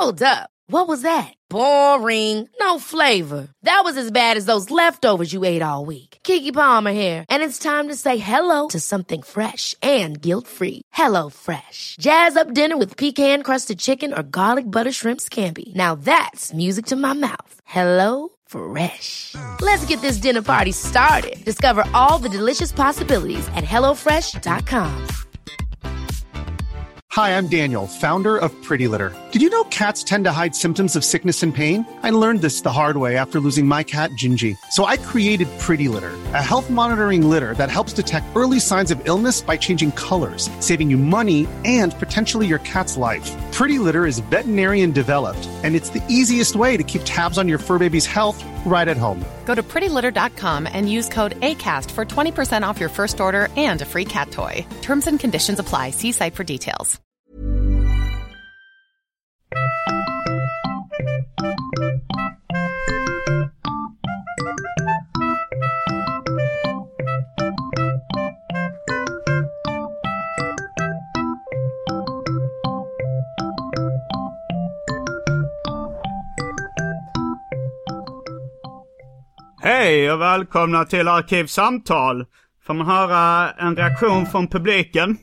Hold up. What was that? Boring. No flavor. That was as bad as those leftovers you ate all week. Keke Palmer here, and it's time to say hello to something fresh and guilt-free. Hello Fresh. Jazz up dinner with pecan-crusted chicken or garlic butter shrimp scampi. Now that's music to my mouth. Hello Fresh. Let's get this dinner party started. Discover all the delicious possibilities at hellofresh.com. Hi, I'm Daniel, founder of Pretty Litter. Did you know cats tend to hide symptoms of sickness and pain? I learned this the hard way after losing my cat, Gingy. So I created Pretty Litter, a health monitoring litter that helps detect early signs of illness by changing colors, saving you money and potentially your cat's life. Pretty Litter is veterinarian developed, and it's the easiest way to keep tabs on your fur baby's health right at home. Go to prettylitter.com and use code ACAST for 20% off your first order and a free cat toy. Terms and conditions apply. See site for details. Hej och välkomna till Arkivsamtal. Får man höra en reaktion från publiken?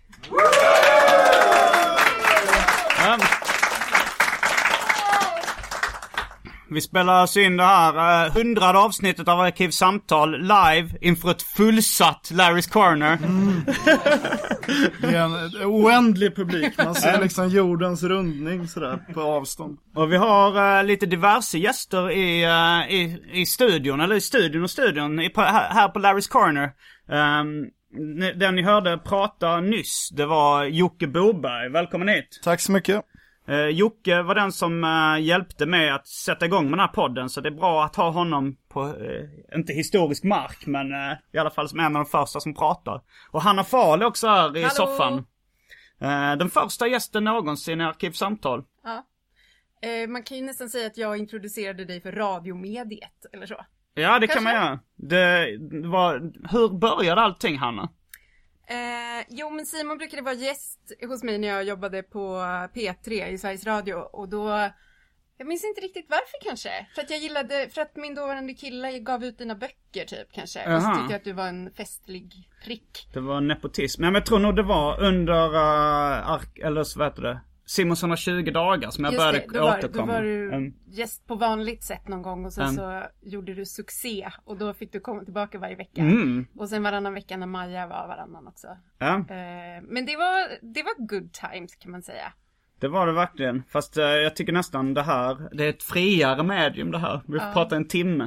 Vi spelar alltså in det här 100:e avsnittet av Arkivsamtal live inför ett fullsatt Larry's Corner. Det är en oändlig publik. Man ser liksom jordens rundning sådär på avstånd. Och vi har lite diverse gäster i studion, eller i studion här på Larry's Corner. Den ni hörde prata nyss, det var Jocke Boberg. Välkommen hit. Tack så mycket. Jocke var den som hjälpte mig att sätta igång med den här podden. Så det är bra att ha honom på, inte historisk mark, men i alla fall som en av de första som pratar. Och Hanna Fahl är också här i soffan. Den första gästen någonsin i Arkivsamtal. Ja. Man kan ju nästan säga att jag introducerade dig för radiomediet, eller så. Ja, det kanske kan man göra. Hur började allting, Hanna? Jo, men Simon brukade vara gäst hos mig när jag jobbade på P3 i Sveriges Radio. Och då, jag minns inte riktigt varför kanske. För att min dåvarande kille gav ut dina böcker typ kanske. Och så tyckte jag att du var en festlig prick. Det var nepotism. Men jag tror nog det var under så vet du, Simonsson har 20 dagar som jag började återkomma. Då var du gäst på vanligt sätt någon gång. Och sen så gjorde du succé. Och då fick du komma tillbaka varje vecka. Och sen varannan vecka när Maja var varannan också. Men det var good times kan man säga. Det var det verkligen. Fast jag tycker nästan det är ett friare medium det här. Vi får prata en timme.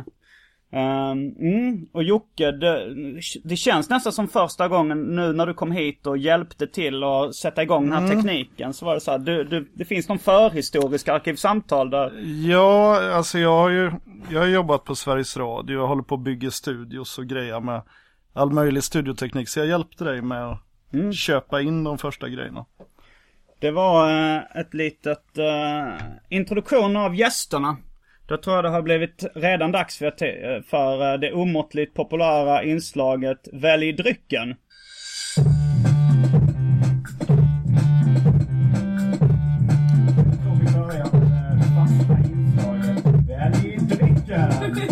Och Jocke, det känns nästan som första gången nu när du kom hit och hjälpte till att sätta igång den här tekniken. Så var det så här, det finns någon förhistorisk arkivsamtal där. Ja, alltså jag har jobbat på Sveriges Radio. Jag håller på att bygga studios och grejer med all möjlig studioteknik. Så jag hjälpte dig med att köpa in de första grejerna. Det var ett litet introduktion av gästerna. Då tror jag det har blivit redan dags för det omåttligt populära inslaget Välj drycken. Får vi börja med det fasta inslaget Välj drycken.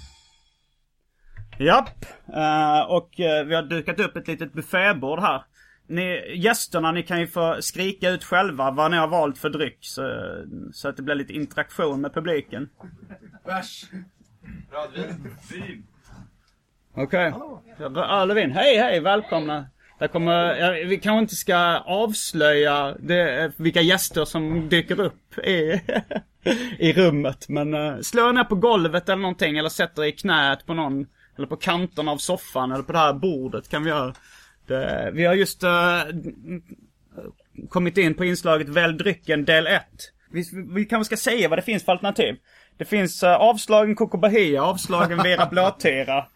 Japp, och vi har dukat upp ett litet buffébord här. Gästerna kan ju få skrika ut själva vad ni har valt för dryck så att det blir lite interaktion med publiken. Bärs. Rödvin. Vin. Okej. Öl och vin. Hej, välkomna. Vi kanske inte ska avslöja vilka gäster som dyker upp i rummet. Men slå ner på golvet eller någonting. Eller sätter i knät på någon. Eller på kanten av soffan. Eller på det här bordet kan vi göra. Vi har just kommit in på inslaget Välj drycken del 1. Vi kanske ska säga vad det finns för alternativ. Det finns avslagen Coco Bahia, avslagen Vera Blåtira,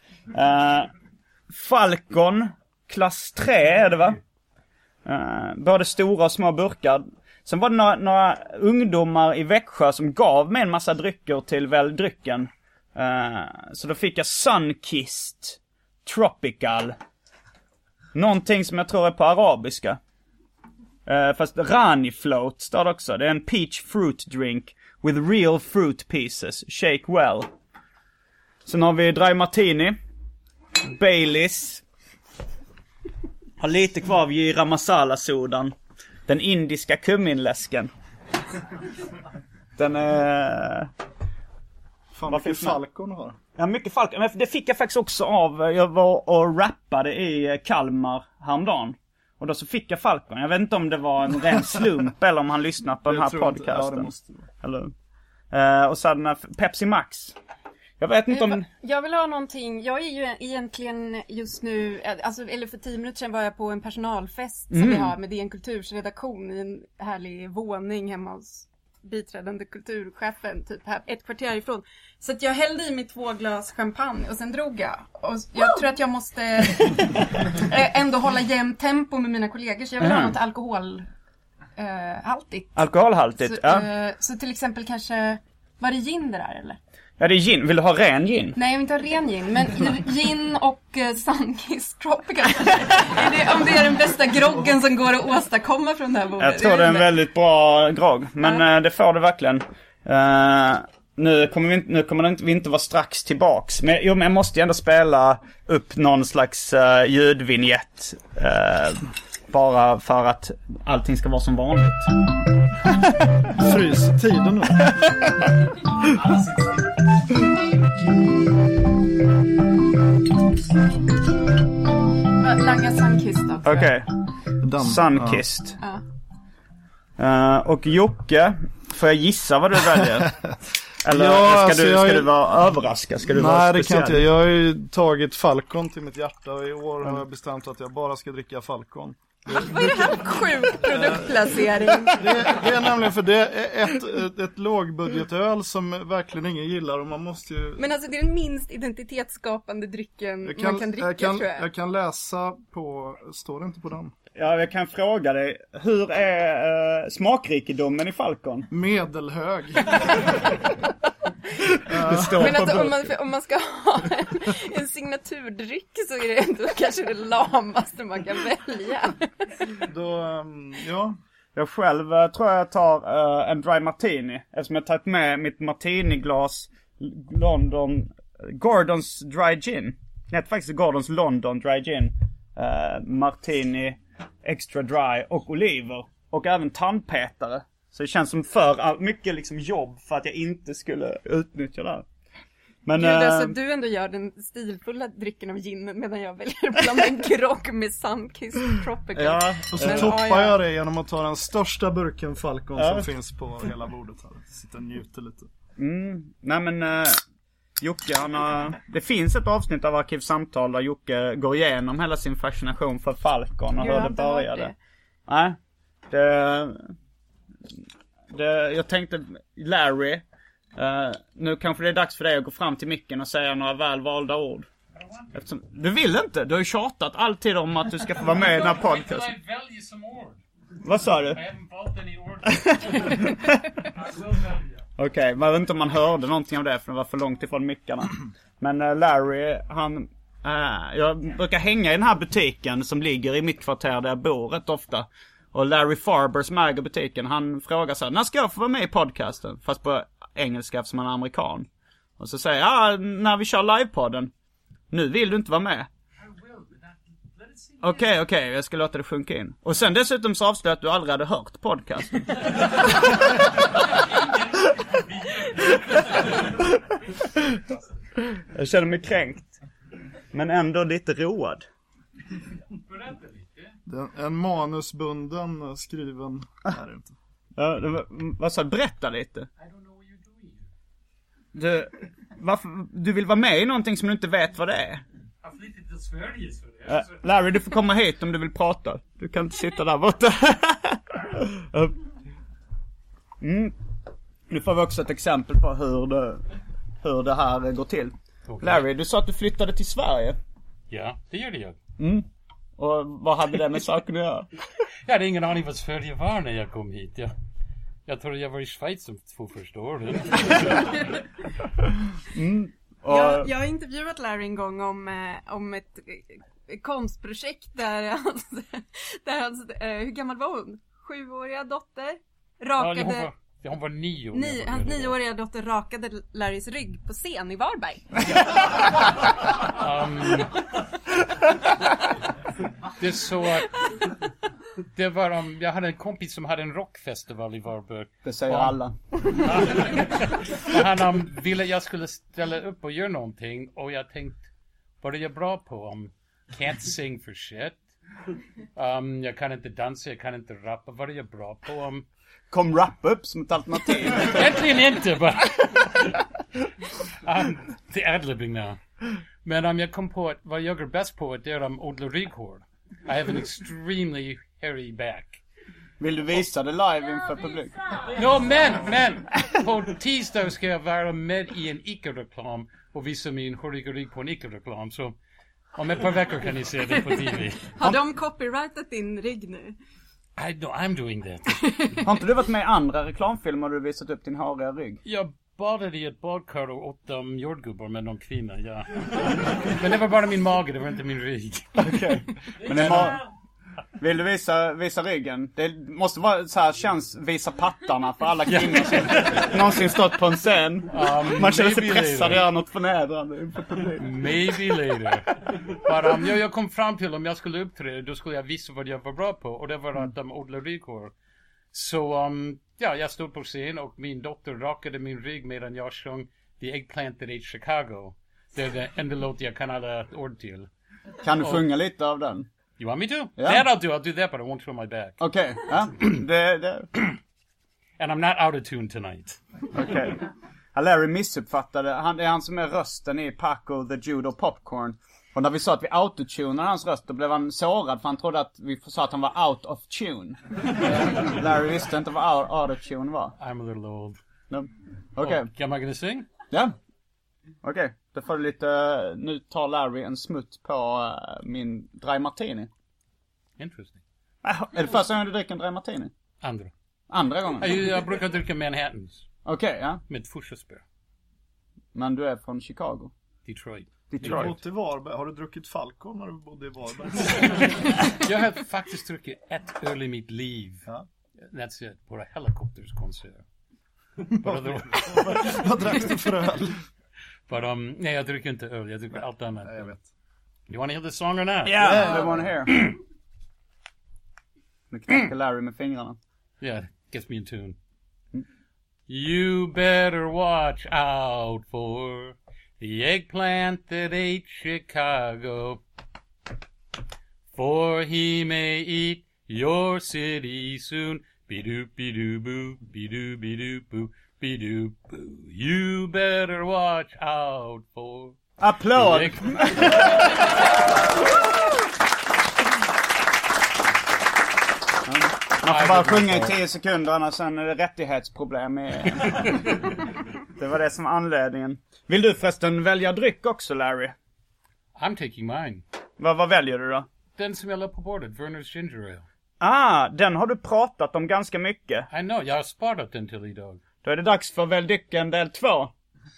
Falcon klass 3 är det va? Både stora och små burkar. Sen var det några ungdomar i Växjö som gav mig en massa drycker till Välj drycken. Så då fick jag Sunkissed Tropical. Någonting som jag tror är på arabiska. Fast Rani Float står det också. Det är en peach fruit drink with real fruit pieces. Shake well. Sen har vi Dry Martini. Baileys. Har lite kvar av Jira Masala-sodan. Den indiska kumminläsken. Den är... Fan, mycket Falcon har. Ja, mycket Falcon. Men det fick jag faktiskt också av... Jag var och rappade i Kalmar häromdagen. Och då så fick jag Falcon. Jag vet inte om det var en ren slump eller om han lyssnat på den här podcasten. Ja, det måste eller och sen Pepsi Max. Jag vet inte om... Jag vill ha någonting. Jag är ju egentligen just nu, alltså, eller för 10 minuter sedan var jag på en personalfest som vi har med DN Kulturs redaktion i en härlig våning hemma hos biträdande kulturchefen, typ här ett kvarter ifrån. Så att jag hällde i mig 2 glas champagne och sen drog jag. Och jag tror att jag måste ändå hålla jämn tempo med mina kollegor, så jag vill ha något alkoholhaltigt. Alkoholhaltigt, så, ja. Så till exempel kanske, var det gin det där eller? Ja, det är gin. Vill du ha ren gin? Nej, jag vill inte ha ren gin. Men gin och Sunkist Tropical. Om det är den bästa groggen som går att åstadkomma från det här bordet. Jag tror det är en väldigt bra grogg. Men det får det verkligen. Nu kommer vi inte vara strax tillbaks. Men jag måste ju ändå spela upp någon slags ljudvinjett. Bara för att allting ska vara som vanligt. Frys tiden nu. Langa Sunkist då. Okej. Sunkist. Ja. Och Jocke, får jag gissa vad du väljer? Eller ska du vara överraskad? Ska du vara det kan jag inte. Jag har ju tagit Falcon till mitt hjärta och i år har jag bestämt att jag bara ska dricka Falcon. Vad är det här för sjuk produktplacering? Det är nämligen för det är ett lågbudgetöl som verkligen ingen gillar och man måste ju... Men alltså det är den minst identitetsskapande drycken man kan dricka, tror jag. Jag kan läsa på... Står det inte på den? Ja, jag kan fråga dig. Hur är smakrikedomen i Falcon? Medelhög. Men alltså, om man ska ha en signaturdryck så är det ändå kanske det lamaste man kan välja. Ja. Jag själv tror jag tar en dry martini. Eftersom jag tagit med mitt martiniglas Gordons Dry Gin. Det heter faktiskt Gordons London Dry Gin. Martini, extra dry och oliver. Och även tandpetare. Så det känns som för mycket liksom jobb för att jag inte skulle utnyttja det här. Men Gud, alltså du ändå gör den stilfulla drycken av gin medan jag väljer bland en grogg med Sunkist Tropical. Ja, och så toppar jag det genom att ta den största burken Falcon som finns på hela bordet här. Sitta och njuta lite. Nej men Jocke, det finns ett avsnitt av Arkivsamtal där Jocke går igenom hela sin fascination för Falcon och hur det började. Nej, jag tänkte Larry, nu kanske det är dags för dig att gå fram till micken och säga några välvalda ord. Eftersom, du vill inte, du har ju tjatat alltid om att du ska få vara med i den här podcasten. Vad sa du? Okej, man vet inte om man hörde någonting av det för det var för långt ifrån mickarna. Men Larry, jag brukar hänga i den här butiken som ligger i mitt kvarter där jag bor rätt ofta. Och Larry Farber som äger butiken, han frågar så här: när ska jag få vara med i podcasten? Fast på engelska eftersom han är amerikan. Och så säger jag, när vi kör livepodden. Nu vill du inte vara med. Okej, jag ska låta det sjunka in. Och sen dessutom så avslöjar att du aldrig hade hört podcasten. Jag känner mig kränkt. Men ändå lite road. En manusbunden skriven är inte. Vad sa du? Berätta lite. Du vill vara med i någonting som du inte vet vad det är. Larry, du får komma hit om du vill prata. Du kan inte sitta där borta. Nu får vi också ett exempel på hur det här går till. Okay. Larry, du sa att du flyttade till Sverige. Ja, det gjorde jag. Och vad hade det med saken att göra? Jag hade ingen aning vad Sverige var när jag kom hit. Jag trodde jag var i Schweiz som 2 första året. Jag har intervjuat Larry en gång om ett konstprojekt där hans hur gammal var hon? 7-åriga dotter Ja, rakade... hon var 9 år. Hans 9-åriga dotter rakade Larrys rygg på scen i Varberg. Det är så att det var jag hade en kompis som hade en rockfestival i Varberg. Det säger alla. Han ville jag skulle ställa upp och göra någonting. Och jag tänkte, vad är jag bra på? Can't sing for shit. Jag kan inte dansa, jag kan inte rappa. Vad är jag bra på? Kom rap upp som ett alternativ. Egentligen inte, bara. Det är adlibbing nu. Men jag kom på att vad jag är bäst på det är odla rygghår. I have an extremely hairy back. Vill du visa det live inför publik? No, men på tisdag ska jag vara med i en Ica-reklam och visa min håriga rygg på en Ica-reklam. Så om ett par veckor kan ni se det på TV. Har de copyrightat din rygg nu? I'm doing that. Har inte du varit med i andra reklamfilmer och du visat upp din håriga rygg? Jag badade i ett badkar och åt jordgubbar med någon kvinna, ja. Men det var bara min mage, det var inte min rygg. Okej. Men vill du visa ryggen? Det måste vara så här, känns visa pattarna för alla kvinnor som någonsin stått på en scen. Man känner sig pressad att göra något förnedrande inför publik. Maybe later. Bara jag kom fram till om jag skulle uppträda, då skulle jag visa vad jag var bra på. Och det var att de odlar rygghår. Så jag stod på scen och min dotter rakade min rygg medan jag sjöng The Eggplant That Ate Chicago. Det är den enda låt jag kan alla ord till. Kan du sjunga lite av den? You want me to? Yeah. That I'll do that, but I won't show my back. Okej, ja. Det. And I'm not out of tune tonight. Okej. Larry missuppfattade. Det är han som är rösten i Paco the Judo Popcorn. Och när vi sa att vi autotunade hans röst, då blev han sårad för han trodde att vi sa att han var out of tune. Larry visste inte vad out of tune var. I'm a little old. No. Okej. Am I gonna sing? Ja. Okej. Då får du lite... Nu tar Larry en smutt på min dry martini. Interesting. Är det första gången du dricker en dry martini? Andra gången? Jag brukar dricka Manhattans. Okej, ja. Med fuschaspär. Men du är från Chicago? Detroit. Du bott i Varberg. Har du druckit Falcon när du bodde i Varberg? Jag har faktiskt druckit ett öl i mitt liv. Ja. That's it. På Helicopters konsert. Vad drack du för öl? Nej, jag dricker inte öl. Jag dricker allt annat. Jag vet. You wanna hear the song or not? Yeah, I wanna hear. Nu knackar Larry med fingrarna. Yeah, gets me in tune. You better watch out for the eggplant that ate Chicago, for he may eat your city soon. Be-doop-be-doo-boo, be-doo-be-doo-boo, be-doop-boo. You better watch out for... Applåd! Man får bara sjunga i 10 sekunder, annars är det rättighetsproblem. Det var det som var anledningen. Vill du förresten välja dryck också, Larry? I'm taking mine. Vad väljer du då? Den som jag la på bordet, Werner's Ginger Ale. Den har du pratat om ganska mycket. I know, jag har sparat den till idag. Då är det dags för Välj drycken del 2.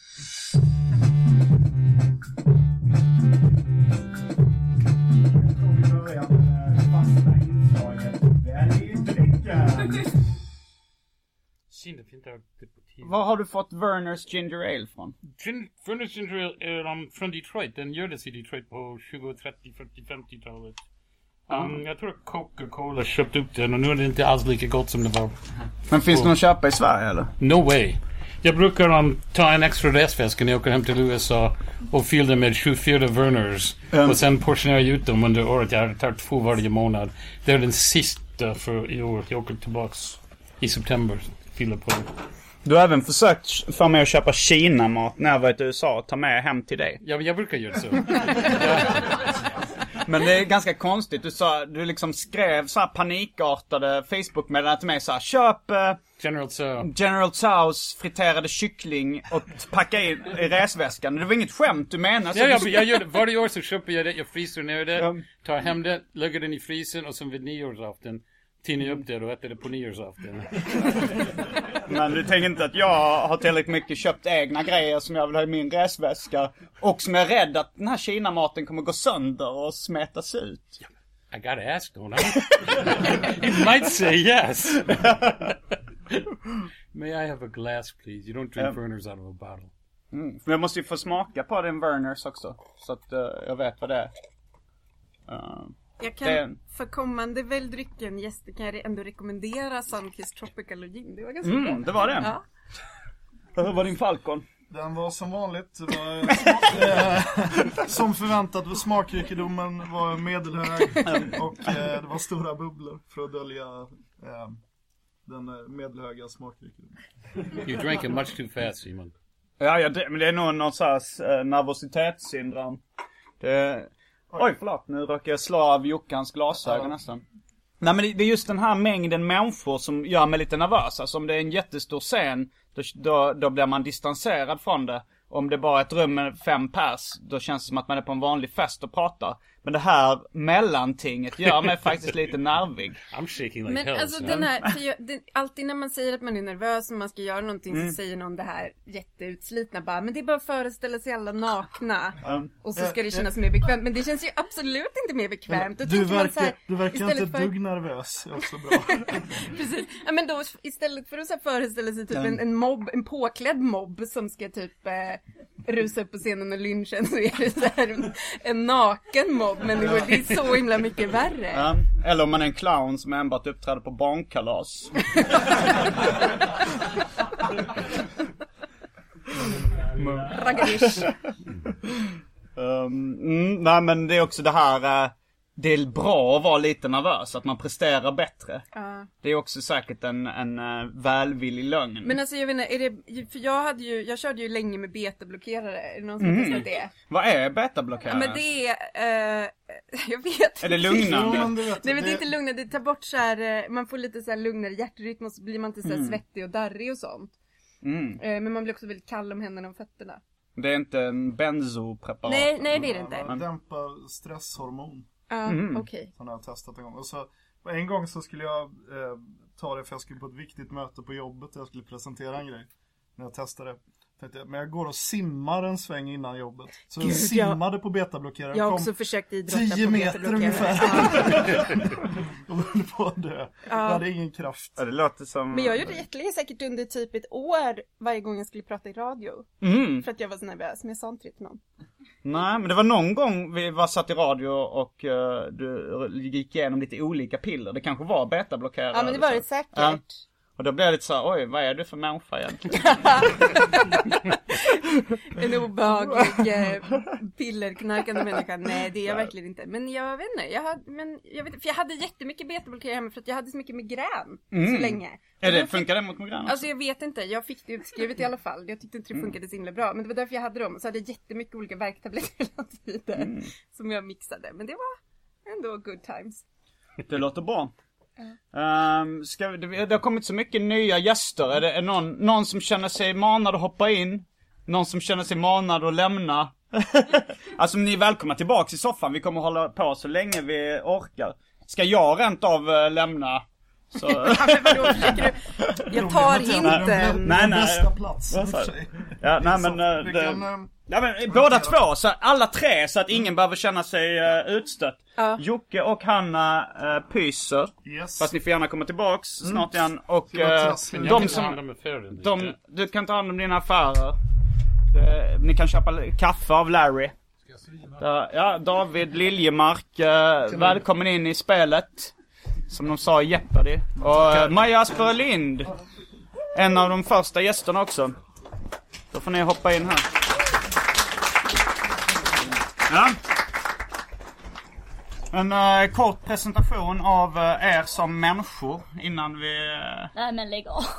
Var har du fått Werner's Ginger Ale från? Werner's Ginger Ale är från Detroit. Den gjordes i Detroit på 20, 30, 40, 50-talet. Jag tror att Coca-Cola köpte upp den och nu är det inte alls lika gott som det var. Men finns det någon att köpa i Sverige eller? No way. Jag brukar ta en extra resväska när jag åker hem till USA och fylla med 24 Werners. Och sen portionerar jag ut dem under året. Jag tar 2 varje månad. Det är den sista för i år. Jag åker tillbaks i september. Fylla på. Du har även försökt få mig att köpa Kina-mat när jag var i USA och ta med hem till dig. Ja, jag brukar göra så. Men det är ganska konstigt. Du liksom skrev så här panikartade Facebook-meddelanden till mig så här: köp General Tso's friterade kyckling och packa in i resväskan. Det var inget skämt du menar. Jag gör det. Varje år så köper jag det. Jag fryser ner det. Tar hem det. Lägger den i frysen. Och sen vid nyårsafton tinnar jag upp det och äter det på nyårsafton. Men du tänker inte att jag har tillräckligt mycket köpt egna grejer som jag vill ha i min resväska och som är rädd att den här Kina-maten kommer gå sönder och smetas ut? I gotta ask, don't I? You might say yes. May I have a glass, please? You don't drink Vernors out of a bottle. Men jag måste ju få smaka på din Vernors också. Så att jag vet vad det är. Jag kan för kommande väldrycken gäster kan jag ändå rekommendera Sunkist Tropical och Gin. Det var ganska bra. Det var det. Ja. Hur var din Falcon? Den var som vanligt. Det var, som förväntat. Smakrikedomen var medelhög. Och det var stora bubblor för att dölja den medelhöga smakrikedomen. You drank it much too fast, Simon. Ja, men det är nog någon sån här nervositetssyndrom. Oj, förlåt. Nu råkar jag slå av Jockans glasögon nästan. Nej, men det är just den här mängden människor som gör mig lite nervös. Alltså om det är en jättestor scen, då blir man distanserad från det. Om det bara är ett rum med 5 pers, då känns det som att man är på en vanlig fest och pratar. Men det här mellantinget gör mig faktiskt lite nervig. I'm shaking like men hell. Alltså den här, alltid när man säger att man är nervös och man ska göra någonting så säger någon det här jätteutslitna bara, men det är bara att föreställa sig alla nakna. Och så ska det kännas mer bekvämt. Men det känns ju absolut inte mer bekvämt. Du verkar inte ett dugg nervös. Det är också bra. Precis. Ja, men då istället för att så här föreställa sig typ en påklädd mobb som ska typ rusa upp på scenen och lynchen, så är det så här en naken mobb. Men det är så himla mycket värre. Eller om man är en clown som enbart uppträder på barnkalas. Raggadish. Nej, men det är också det här. Det är bra att vara lite nervös, att man presterar bättre. Det är också säkert en välvillig lögn. Men alltså jag vet inte, för jag körde ju länge med betablockerare. Är det någon som har testat det? Vad är betablockerare? Ja, men det är jag vet. Är det lugnande? Nej, men det är inte lugnande, det tar bort så här, man får lite så här lugnare hjärtrytm och så blir man inte så här svettig och darrig och sånt. Men man blir också väldigt kall om händerna och fötterna. Det är inte en benzopreparat. Nej, det är det inte. Man dämpar stresshormon. Okej. Som jag har testat en gång. Och så, en gång så skulle jag ta det för jag skulle på ett viktigt möte på jobbet. Jag skulle presentera en grej. När jag testade det. Men jag går och simmar en sväng innan jobbet. Så jag simmade på betablockeraren. Jag har också försökt idrotta 10 på meter ungefär. Och höll på att dö. Jag hade ingen kraft. Ja, det låter som... Men jag gjorde jättelänge, säkert under typ ett år, varje gång jag skulle prata i radio. För att jag var så nervös, men jag sa inte det till någon. Nej, men det var någon gång vi var satt i radio och du gick igenom lite olika piller. Det kanske var betablockerare. Ja, men det var det säkert. Ja. Och då blev det lite så, oj, vad är du för människa egentligen? En obehaglig pillerknarkande människa. Nej, det är jag verkligen inte. Men jag vet inte. För jag hade jättemycket betablockerare hemma för att jag hade så mycket migrän så länge. Funkar det mot migrän också? Alltså jag vet inte. Jag fick det utskrivet i alla fall. Jag tyckte inte det funkade så himla bra. Men det var därför jag hade dem. Så hade jag jättemycket olika värktabletter hela tiden. Som jag mixade. Men det var ändå good times. Det låter bra. Det har kommit så mycket nya gäster. Är det någon som känner sig manad att hoppa in? Någon som känner sig manad att lämna? Alltså ni är välkomna tillbaka i soffan. Vi kommer hålla på så länge vi orkar. Ska jag rent av lämna? Så... Jag tar inte. Nej. Bästa plats. Ja, nej men... Ja, men båda två, så alla tre, så att ingen behöver känna sig utstött. Jocke och Hanna pyser. Yes. Fast ni får gärna komma tillbaks snart igen. Och du kan ta hand om dina affärer. Ni kan köpa kaffe av Larry. Ja, David Liljemark, välkommen in i spelet. Som de sa i Jeopardy. Och Maja Asperlind, en av de första gästerna också. Då får ni hoppa in här. Ja. En kort presentation av er som människor innan vi... Nej, men lägg av.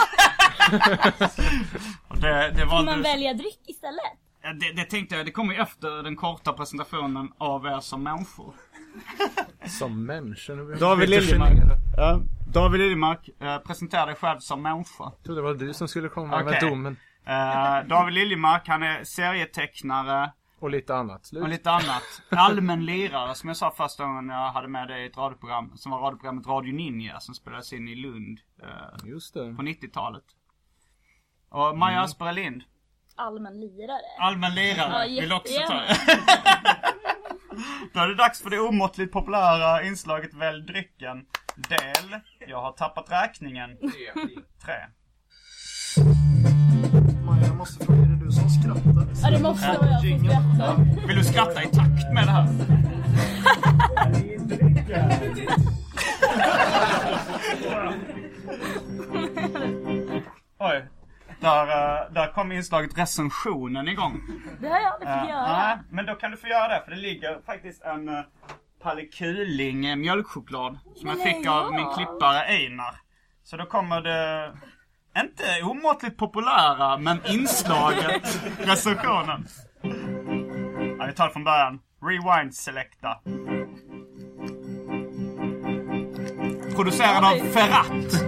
det var kan man välja dryck istället? Det tänkte jag, det kommer ju efter den korta presentationen av er som människor. Som människor? David Liljemark, presentera dig själv som människa. Jag trodde det var du som skulle komma med domen. David Liljemark, han är serietecknare. Och lite annat. Allmän lirare, som jag sa första gången jag hade med dig i ett radioprogram. Som var radioprogrammet Radio Ninja, som spelades in i Lund. Just det. På 90-talet. Och Maja Asperlind. Allmän lirare. Allmän lirare. Ja, vill också ta. Då är det dags för det omåttligt populära inslaget Välj drycken. Del. Jag har tappat räkningen. 3. Maja, jag måste fråga, är det du som skrattar? Ja, det måste vara jag som skrattar. Vill du skratta i takt med det här? Oj. Där kom inslaget recensionen igång. Det har jag aldrig fått göra. Nej, men då kan du få göra det. För det ligger faktiskt en Palle Kuling mjölkchoklad som jag fick av min klippare Einar. Så då kommer det inte omåttligt populära, men inslaget recensionen. Ja, vi tar det från början. Rewind selecta. Producerad av Ferrat.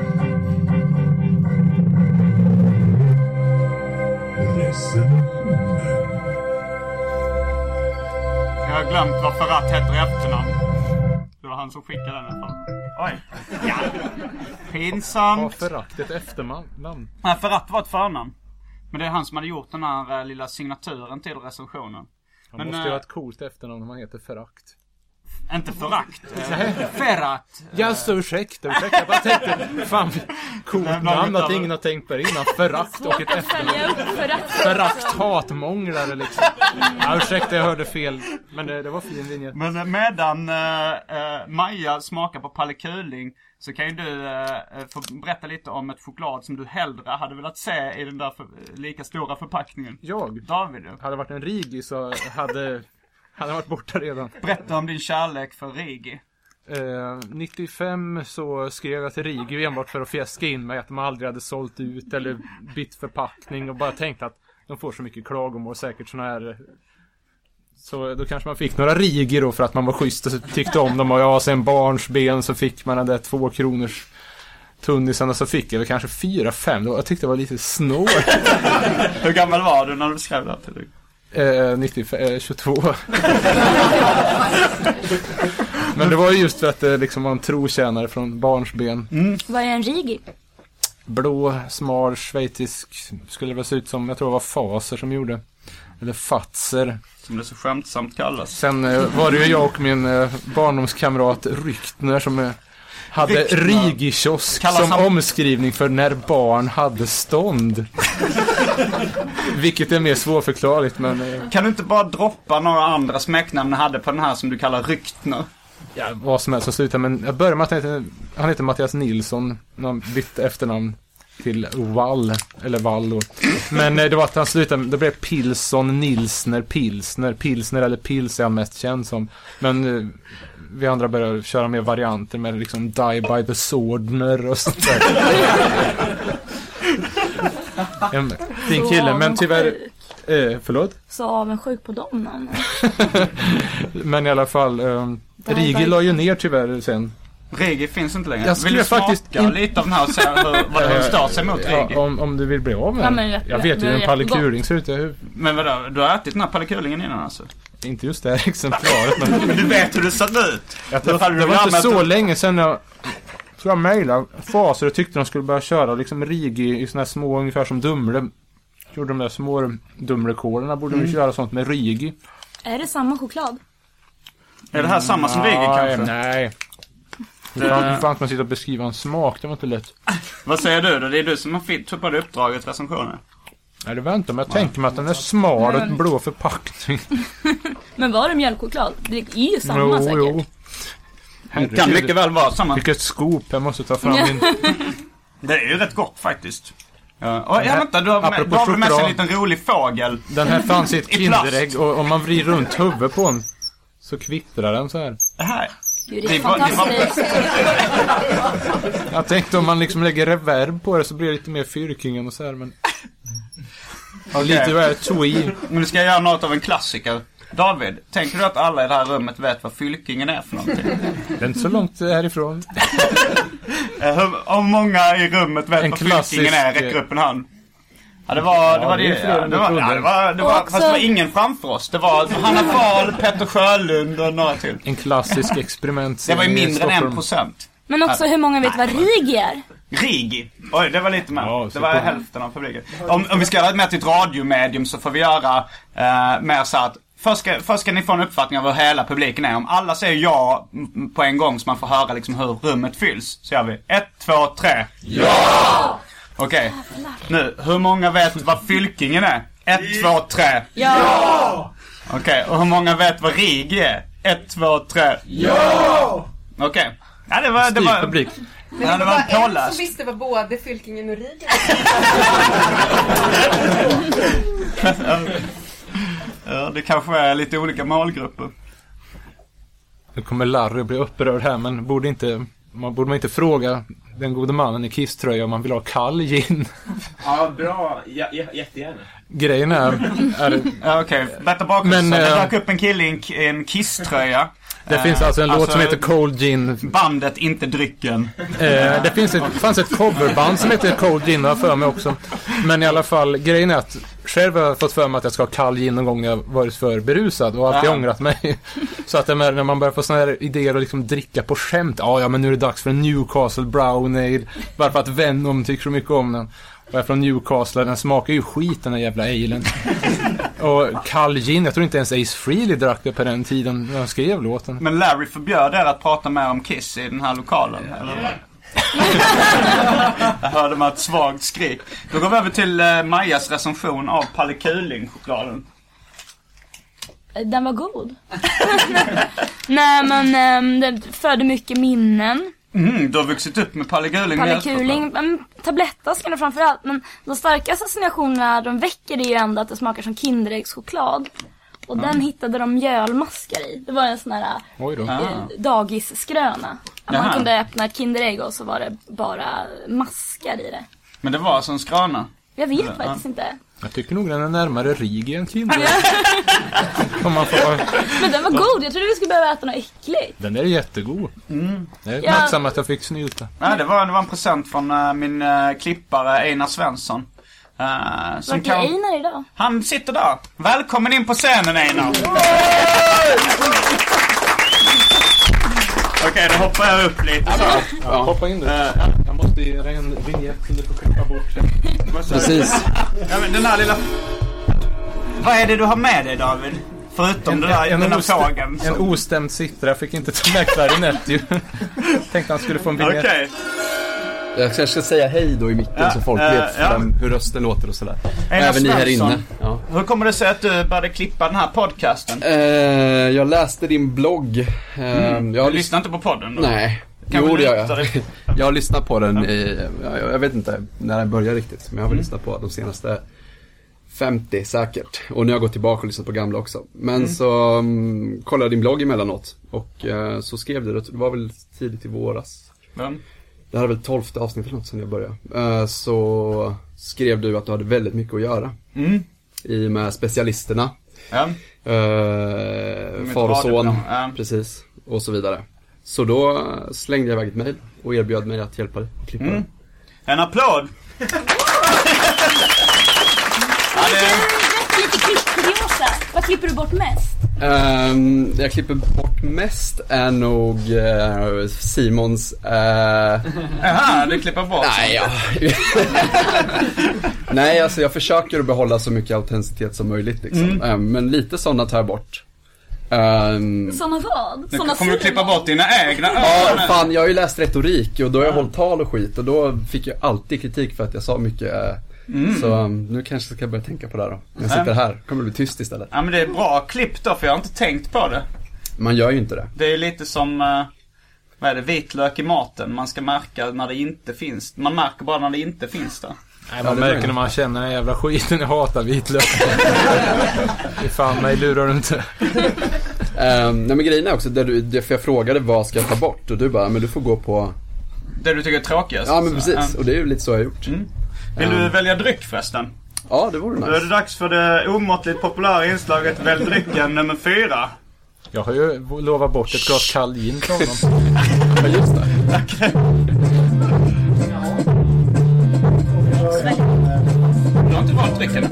Jag har glömt vad Ferrat heter i efternamn. Det var han som skickade den i alla fall. Oj. Ja. Pinsamt. Har Ferrat ett efternamn? Nej, Ferrat var ett förnamn. Men det är han som hade gjort den här lilla signaturen till recensionen. Han måste ju ha ett coolt efternamn om han heter Ferrakt. Inte förakt. Ferrat. Ja, så ursäkta. Jag bara tänkte, fan, coolt namn att ingen har tänkt på det innan. Ferrakt och ett efternamn. Ferrakt hatmånglare liksom. Ja, ursäkta, jag hörde fel. Men det var fin linje. Men medan Maja smakar på Palle Kuling, så kan ju du få berätta lite om ett choklad som du hellre hade velat se i den där lika stora förpackningen. David. Hade varit en Rigi så hade varit borta redan. Berätta om din kärlek för Rigi. 95 så skrev jag till Rigi enbart för att fjäska in mig att de aldrig hade sålt ut eller bytt förpackning, och bara tänkte att de får så mycket klagomål, säkert såna här. Så då kanske man fick några Rigi då för att man var schysst och tyckte om dem, och ja, sen barnsben så fick man den där 2 kronors tunnisen, och så fick jag väl kanske 4-5 då. Jag tyckte det var lite snår. Hur gammal var du när du skrev det till dig? 22. Men det var ju just för att det liksom var en trotjänare från barnsben. Vad är en Rigi? Blå, smal, schweizisk. Skulle väl se ut som, jag tror det var Faser som gjorde. Eller Fatser, som det så skämtsamt kallas. Sen var det ju jag och min barndomskamrat Ryktner som hade Rigi-kiosk som omskrivning för när barn hade stånd. Vilket är mer svårförklarligt, men... Kan du inte bara droppa några andra smeknamn du hade på den här som du kallar Ryktner? Ja, vad som helst att sluta, men jag börjar med att han heter Mattias Nilsson när han bytte efternamn till Wall, eller Wall då. Men det var att han slutade, det blev Pilsson, Nilsner, Pilsner eller Pils är han mest känd som. Men vi andra började köra med varianter med liksom Die by the Swordner och sånt där. En fin kille, men tyvärr förlåt? Så avundsjuk på dem namnen. Men i alla fall Rigi la ju ner tyvärr sen. Rigi finns inte längre. Vill du smaka lite av den här och se vad det står sig mot Rigi? Ja, om du vill bli av med den. Jag vet ju hur en Palle Kuling ser ut. Men vadå, du har ätit den här Palle Kulingen innan alltså? Inte just det här exemplaret. Men du vet hur det ser ut. Det var inte så länge sedan jag mejlade Faser och tyckte de skulle börja köra liksom Rigi i såna här små, ungefär som Dumle. Gjorde de där små Dumlekolerna, borde de köra sånt med Rigi. Är det samma choklad? Är det här samma som Rigi kanske? Nej. Hur fan man sitter och beskriva en smak, det var inte lätt. Vad säger du då? Det är du som har tuppade uppdraget recensionen. Nej, det var inte, men jag tänkte mig att den är smal och en blå förpackning. Men var det mjölkchoklad? Det är ju samma säkert. Jo. Det kan mycket väl vara samma. Vilket skop, jag måste ta fram min. Det är ju rätt gott faktiskt. Ja, vänta, du har med sig en liten rolig fågel. Den här fanns i ett kinderägg, och om man vrider runt huvudet på den så kvittrar den så här. Det här? Det är fantastiskt. Jag tänkte om man liksom lägger reverb på det så blir det lite mer fyrkingen och så här, men lite väl twee. Men du ska göra något av en klassiker. David, tänker du att alla i det här rummet vet vad fylkingen är för någonting? Det är inte så långt härifrån. Om många i rummet vet vad fylkingen är, räcker upp en hand. Ja, det var ingen framför oss. Det var Hanna Fahl, Petter Sjölund och några till. En klassisk experiment. Det var ju mindre än 1%. Men också hur många vet vad Rigi är? Rigi? Oj, det var lite mer. Ja, det var hälften av publiken. Om vi ska göra med till ett radiomedium så får vi göra mer så att först ska ni få en uppfattning av hur hela publiken är. Om alla säger ja på en gång så man får höra liksom hur rummet fylls. Så gör vi 1, 2, 3. Ja! Okej. Nu, hur många vet vad Fylkingen är? 1, 2, 3. Ja! Okej, och hur många vet vad Rigi är? 1, 2, 3. Ja! Okej. Ja, det var publik. Men det var en som visste vad både Fylkingen och Rigi Ja, det kanske är lite olika målgrupper. Nu kommer Larry bli upprörd här, men borde man inte fråga den gode mannen i kisströja om man vill ha kall gin? Ja, bra. Jättegärna. Grejen är okej, berätta bakgrunden. Det dök upp en kille i en kisströja. Det finns alltså en låt som heter Cold Gin. Bandet, inte drycken. Det fanns ett coverband som heter Cold Gin, har för mig också. Men i alla fall, grejen är att själv har jag fått för mig att jag ska ha kall gin någon gång jag varit för berusad och alltid ångrat mig. Så att när man börjar få såna här idéer och liksom dricka på skämt. Ja, men nu är det dags för en Newcastle Brown Ale. Bara för att Venom tycker så mycket om den. Och jag är från Newcastle, den smakar ju skit den här jävla alen. Och kall gin, jag tror inte ens Ace Frehley drack det på den tiden jag skrev låten. Men Larry förbjöd er att prata mer om Kiss i den här lokalen, eller? Jag hörde man ett svagt skrik. Då går vi över till Majas recension av Palle Kuling-chokladen. Den var god. Nej, men den förde mycket minnen. Du har vuxit upp med Palle Kuling. Palle Kuling, tablettaskarna framförallt. Men de starkaste associationerna de väcker det ju ändå att det smakar som Kinderäggschoklad. Och den hittade de mjölmaskar i. Det var en sån här dagisskröna. Man kunde öppna ett Kinderägg och så var det bara maskar i det. Men det var som skrana? Jag vet faktiskt inte. Jag tycker nog den är närmare Rigi än Kinderägg. Men den var god, jag trodde vi skulle behöva äta något äckligt. Den är jättegod. Det är tacksam att jag fick snylta. Ja, det var en present från min klippare Einar Svensson. Var är Einar idag? Han sitter där. Välkommen in på scenen, Einar. Okej, då hoppar jag upp lite. Hoppa in du. Jag måste ge dig en vignett som du får klippa bort. Precis. Ja, men den här lilla... Vad är det du har med dig, David? Förutom den här fågeln. En ostämd sitter. Jag fick inte ta med klarinett ju. Tänkte han skulle få en vignett. Okej. Jag kanske ska säga hej då i micken så folk vet hur rösten låter och sådär. Även ni här inne. Ja. Hur kommer det sig att du började klippa den här podcasten? Jag läste din blogg. Du lyssnar inte på podden då? Nej. Jo, det gör jag. Jag har lyssnat på den jag vet inte när den började riktigt. Men jag har lyssnat på de senaste 50 säkert. Och nu har jag gått tillbaka och lyssnat på gamla också. Men så kollade jag din blogg emellanåt. Och så skrev du det. Det var väl tidigt i våras. Det här är väl 12:e avsnitt eller något sen jag började. Så skrev du att du hade väldigt mycket att göra. I med specialisterna. Far och son. Precis. Och så vidare. Så då slängde jag iväg ett mejl och erbjöd mig att hjälpa dig att klippa det. En applåd! Vad klipper du bort mest? Jag klipper bort mest är nog Simons Jaha, du klipper bort. Nej, Nej, alltså jag försöker att behålla så mycket autenticitet som möjligt liksom. Men lite sådana tar jag bort. Såna vad? Såna kommer du klippa bort dina egna öron? Ja, fan, jag har ju läst retorik och då har jag hållit tal och skit. Och då fick jag alltid kritik för att jag sa mycket. Så nu kanske jag ska börja tänka på det här då. Jag sitter här, kommer bli tyst istället. Ja, men det är bra klipp då, för jag har inte tänkt på det. Man gör ju inte det. Det är lite som vad är det, vitlök i maten. Man ska märka när det inte finns. Man märker bara när det inte finns där. Nej, man märker när man känner den jävla skiten. Jag hatar vitlök. Det fan mig, lurar du inte. Nej, men grejen är också för jag frågade vad ska jag ta bort. Och du bara, men du får gå på det du tycker är tråkigast. Ja, men precis, och det är ju lite så jag har gjort. Vill du välja dryck förresten? Ja, det vore nice. Då är det dags för det omåttligt populära inslaget Välj drycken nummer 4. Jag har ju lovat bort ett glas kall gin till honom. Ja, just det. Okay. Du har inte valt drycken?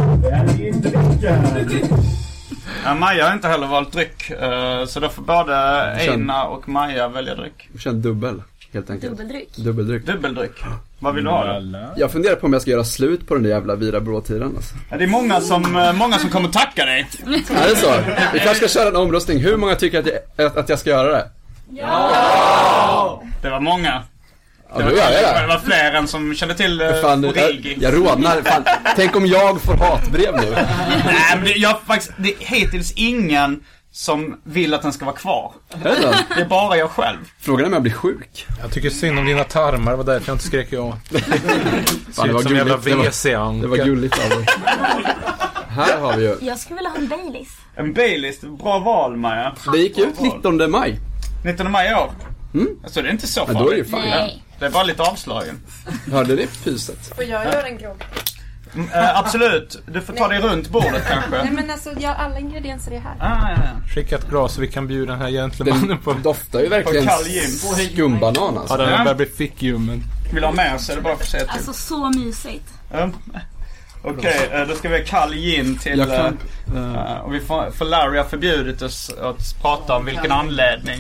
Ja, Maja har inte heller valt dryck. Så då får både Eina och Maja välja dryck. Jag känner dubbel. helt enkelt. Dubbeldryck. Vad vill du ha då? Jag funderar på om jag ska göra slut på den där jävla Vira-Brå-tiden alltså. Ja, det är många som kommer tacka dig. Är det så? Vi kanske ska köra en omröstning. Hur många tycker att jag ska göra det? Ja! Det var många. Det var fler än som kände till jag rodnar. Fan. Tänk om jag får hatbrev nu. Nej, men det är hittills ingen som vill att den ska vara kvar. Det är bara jag själv. Frågan är om jag blir sjuk. Jag tycker synd om dina tarmar. Det var därför jag inte skrek ja. Det var gulligt. Det var gulligt av dig. Här har vi ju. Jag skulle vilja ha en Baileys. En Baileys, bra val, Maja. Det gick ut 19 maj. 19 maj i år. Alltså det är inte så farligt. Men då är det fan. Nej. Det är bara lite avslagen. Hörde det pyset? Får jag göra en grogg? Absolut. Du får ta dig runt bordet kanske. Nej men alltså, alla ingredienser är här. Ja. Skicka ett glas så vi kan bjuda den här gentlemannen på. Det doftar ju verkligen skumbanan alltså. Ja, den börjar bli fickljummen. Vill du ha med så är det bara för att säga till. Alltså så mysigt. Okej, då ska vi ha kall gin till... och vi får Larry har förbjudit oss att prata om vilken anledning.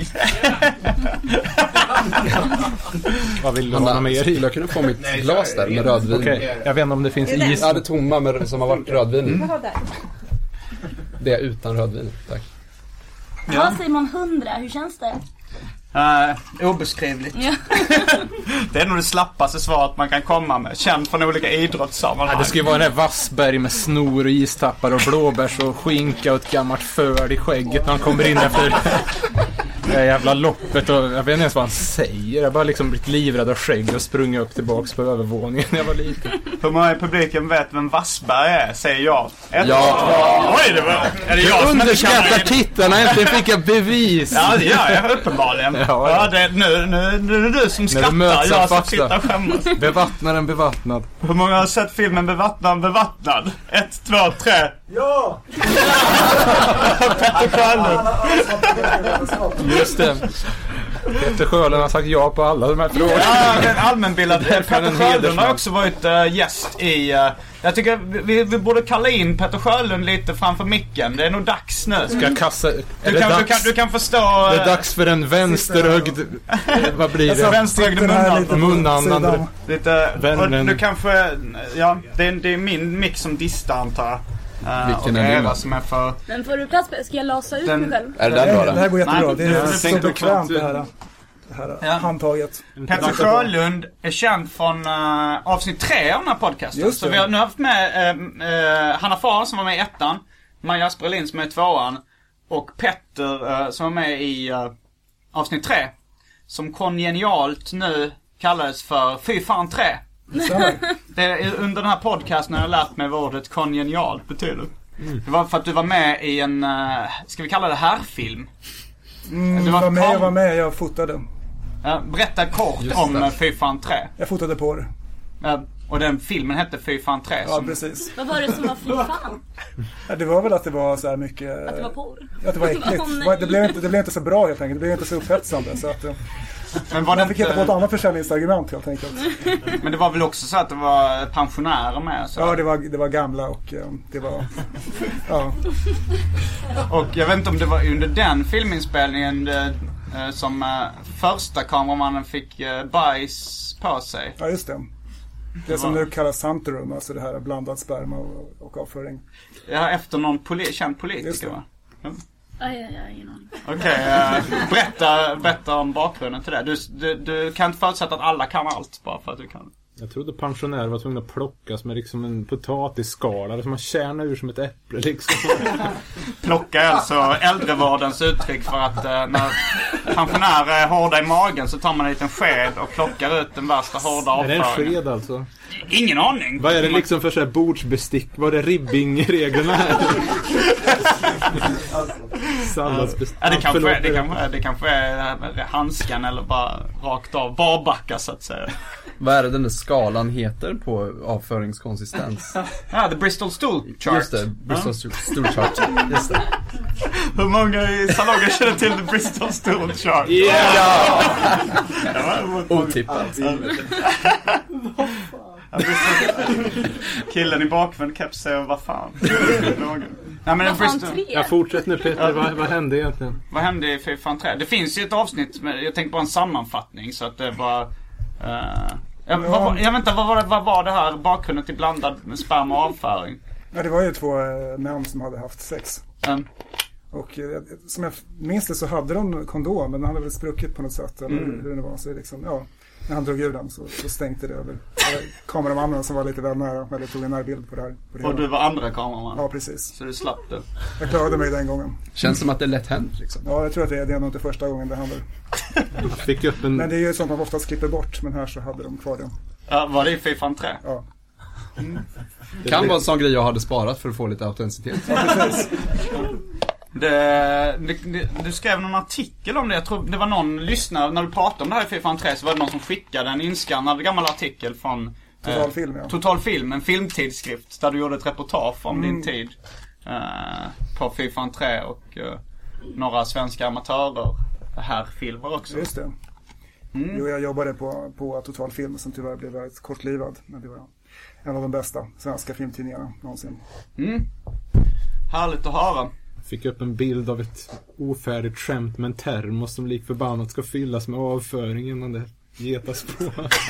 Vad vill du ha mer i? Skulle jag kunna få mitt glas där med rödvin? Okej, jag vet inte om det finns is. Ja, det tomma som har varit rödvin. Det är utan rödvin, tack. Vad säger man 100? Hur känns det? Obeskrivligt. Ja. Det är nog det slappaste svaret man kan komma med. Känd från olika idrottssammanhang. Det ska ju vara den här Vassberg med snor och istappar och blåbärs och skinka och ett gammalt föl i skägget när han kommer in efter det här jävla loppet. Och jag vet inte ens vad han säger. Jag bara liksom blivit livrädd av skägg och sprungit upp tillbaks på övervåningen när jag var liten. Hur många i publiken vet vem Vassberg är, säger jag. Oj, är det jag som underskattar tittarna, äntligen fick jag bevis. Ja, det gör jag uppenbarligen. Ja, nu är det du som skrattar. Jag som sitter och skämmas. Bevattnaren bevattnad. Hur många har sett filmen Bevattnad? 1, 2, 3. Ja! Petter Sjölund. Just det. Petter Sjölund har sagt ja på alla de här frågorna. Ja, en allmänbildad. Petter Sjölund har också varit gäst i... jag tycker vi borde kalla in Petter Sjölund lite framför micken. Det är nog dags nu. Ska jag kassa... Du kan förstå... Det är dags för en vänsterögd... vad blir det? Vänsterögd munandande. Du kanske... Ja, det är min mick som distar, antar jag. Vilken är Eva som är för... Men får du plats på? Ska jag lasa ut mig själv? Är det där bra? Det här går jättebra. Nej, det är så bekvämt det här handtaget. Petter Sjölund är känd från avsnitt 3 av den här podcasten. Så vi har nu haft med Hanna Farn som var med i 1:an, Maja Asperlin som är i 2:an och Petter som var med i avsnitt 3 som kongenialt nu kallades för Fy fan 3. Det är under den här podcasten har jag lärt mig vad ordet kongenialt betyder. Det var för att du var med i en, ska vi kalla det härfilm? Du var med, jag fotade. Berätta kort om Fy fan 3. Jag fotade på det. Och den filmen hette Fy fan 3. Ja, precis. Vad var det som var fy fan? Ja, det var väl att det var så här mycket... Att det var porr? Att det var äckligt. Det blev inte så bra helt enkelt. Det blev inte så upphetsande. Så att, men var man fick hitta på ett annat försäljningsargument helt enkelt. Men det var väl också så att det var pensionärer med? Så. Ja, det var gamla och det var... Ja. Och jag vet inte om det var under den filminspelningen som första kameramannen fick bajs på sig. Ja, just det. Det som nu kallas Santorum, alltså det här blandad sperma och avföring. Ja, efter någon känd politiker, va? Ingen aning. Okej, berätta om bakgrunden till det. Du kan inte förutsätta att alla kan allt bara för att du kan. Jag trodde pensionärer var tvungna att plockas med liksom en potatisskala som man kärnar ur som ett äpple liksom. Plocka är alltså äldrevårdens uttryck för att när pensionärer är hårda i magen så tar man en liten sked och plockar ut den värsta hårda avföringen. Är det en sked alltså? Ingen aning. Vad är det liksom för så här bordsbestick? Vad är ribbing-reglerna här? Salladsbestick. Ja, det kanske är handskan eller bara rakt av barbacka så att säga. Vad är det den där skalan heter på avföringskonsistens? Ja, the Bristol Stool Chart. Just det, Bristol Stool Chart. Just det. Hur många i salongen känner till the Bristol Stool Chart? Ja! Otippat. Killen i bakvänd keps säger vad fan. Nej, men Vad fan, 3? Jag fortsätter nu Peter, vad hände egentligen? Vad hände i FIFA 3? Det finns ju ett avsnitt, men jag tänkte bara en sammanfattning så att det var... jag vet inte, vad var det här bakgrunden till blandad sperma och avföring? Ja, det var ju 2 män som hade haft sex. Och som jag minns det så hade de kondom, men den hade väl spruckit på något sätt. Eller hur det var. Så liksom, ja, när han drog ur den så stänkte det över. Kameramannen som var lite väl nära, eller tog en närbild på det här. På det och du var andra kameraman? Ja, precis. Så du slapp det? Jag klarade mig den gången. Känns som att det är lätt hänt liksom. Ja, jag tror att det är nog inte första gången det händer. Fick upp en... Men det är ju sånt man oftast klipper bort, men här så hade de kvar den. Ja, var det i FIFA 3? Ja. Det kan vara en sån grej jag hade sparat för att få lite autenticitet. Ja, precis. Du skrev någon artikel om det. Jag tror det var någon lyssnare, när du pratade om det här i FIFA 3 så var det någon som skickade en inskannad gammal artikel från Totalfilm, ja. Totalfilm, en filmtidskrift där du gjorde ett reportage om din tid på FIFA 3 och några svenska amatörer här filmer också. Just det. Jo, jag jobbade på Totalfilm som tyvärr blev väldigt kortlivad, men det var en av de bästa svenska filmtidningarna någonsin. Härligt att höra. Fick upp en bild av ett ofärdigt skämt med en termos som lik förbannat ska fyllas med avföring innan det getas på.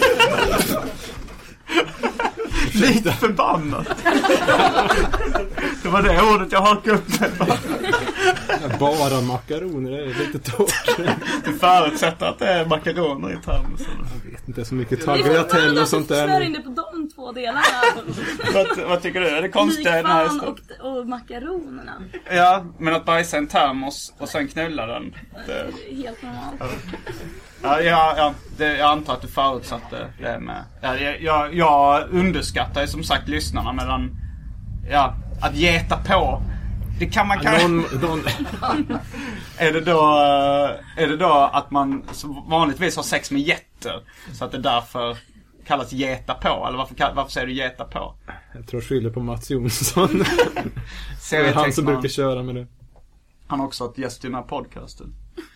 Lite förbannat. Det var det ordet jag hakade upp med. Bara makaroner, det är lite torrt. Du förutsätter att det är makaroner i termosen. Jag vet inte så mycket tagliatell och sånt där. Jag är inne på de 2 delarna. Vad tycker du? Är det konstigt? Likfan och makaronerna. Ja, men att bajsa en termos och sen knulla den. Det är helt normalt. Jag antar att du förutsatte det med. Jag underskattar ju som sagt lyssnarna medan att geta på. Det kan man Är det då att man vanligtvis har sex med getter så att det därför kallas geta på, eller varför säger du geta på? Jag tror skyller på Mats Jonsson. Det är han som brukar köra med det. Han har också ett gäst i den här podcasten.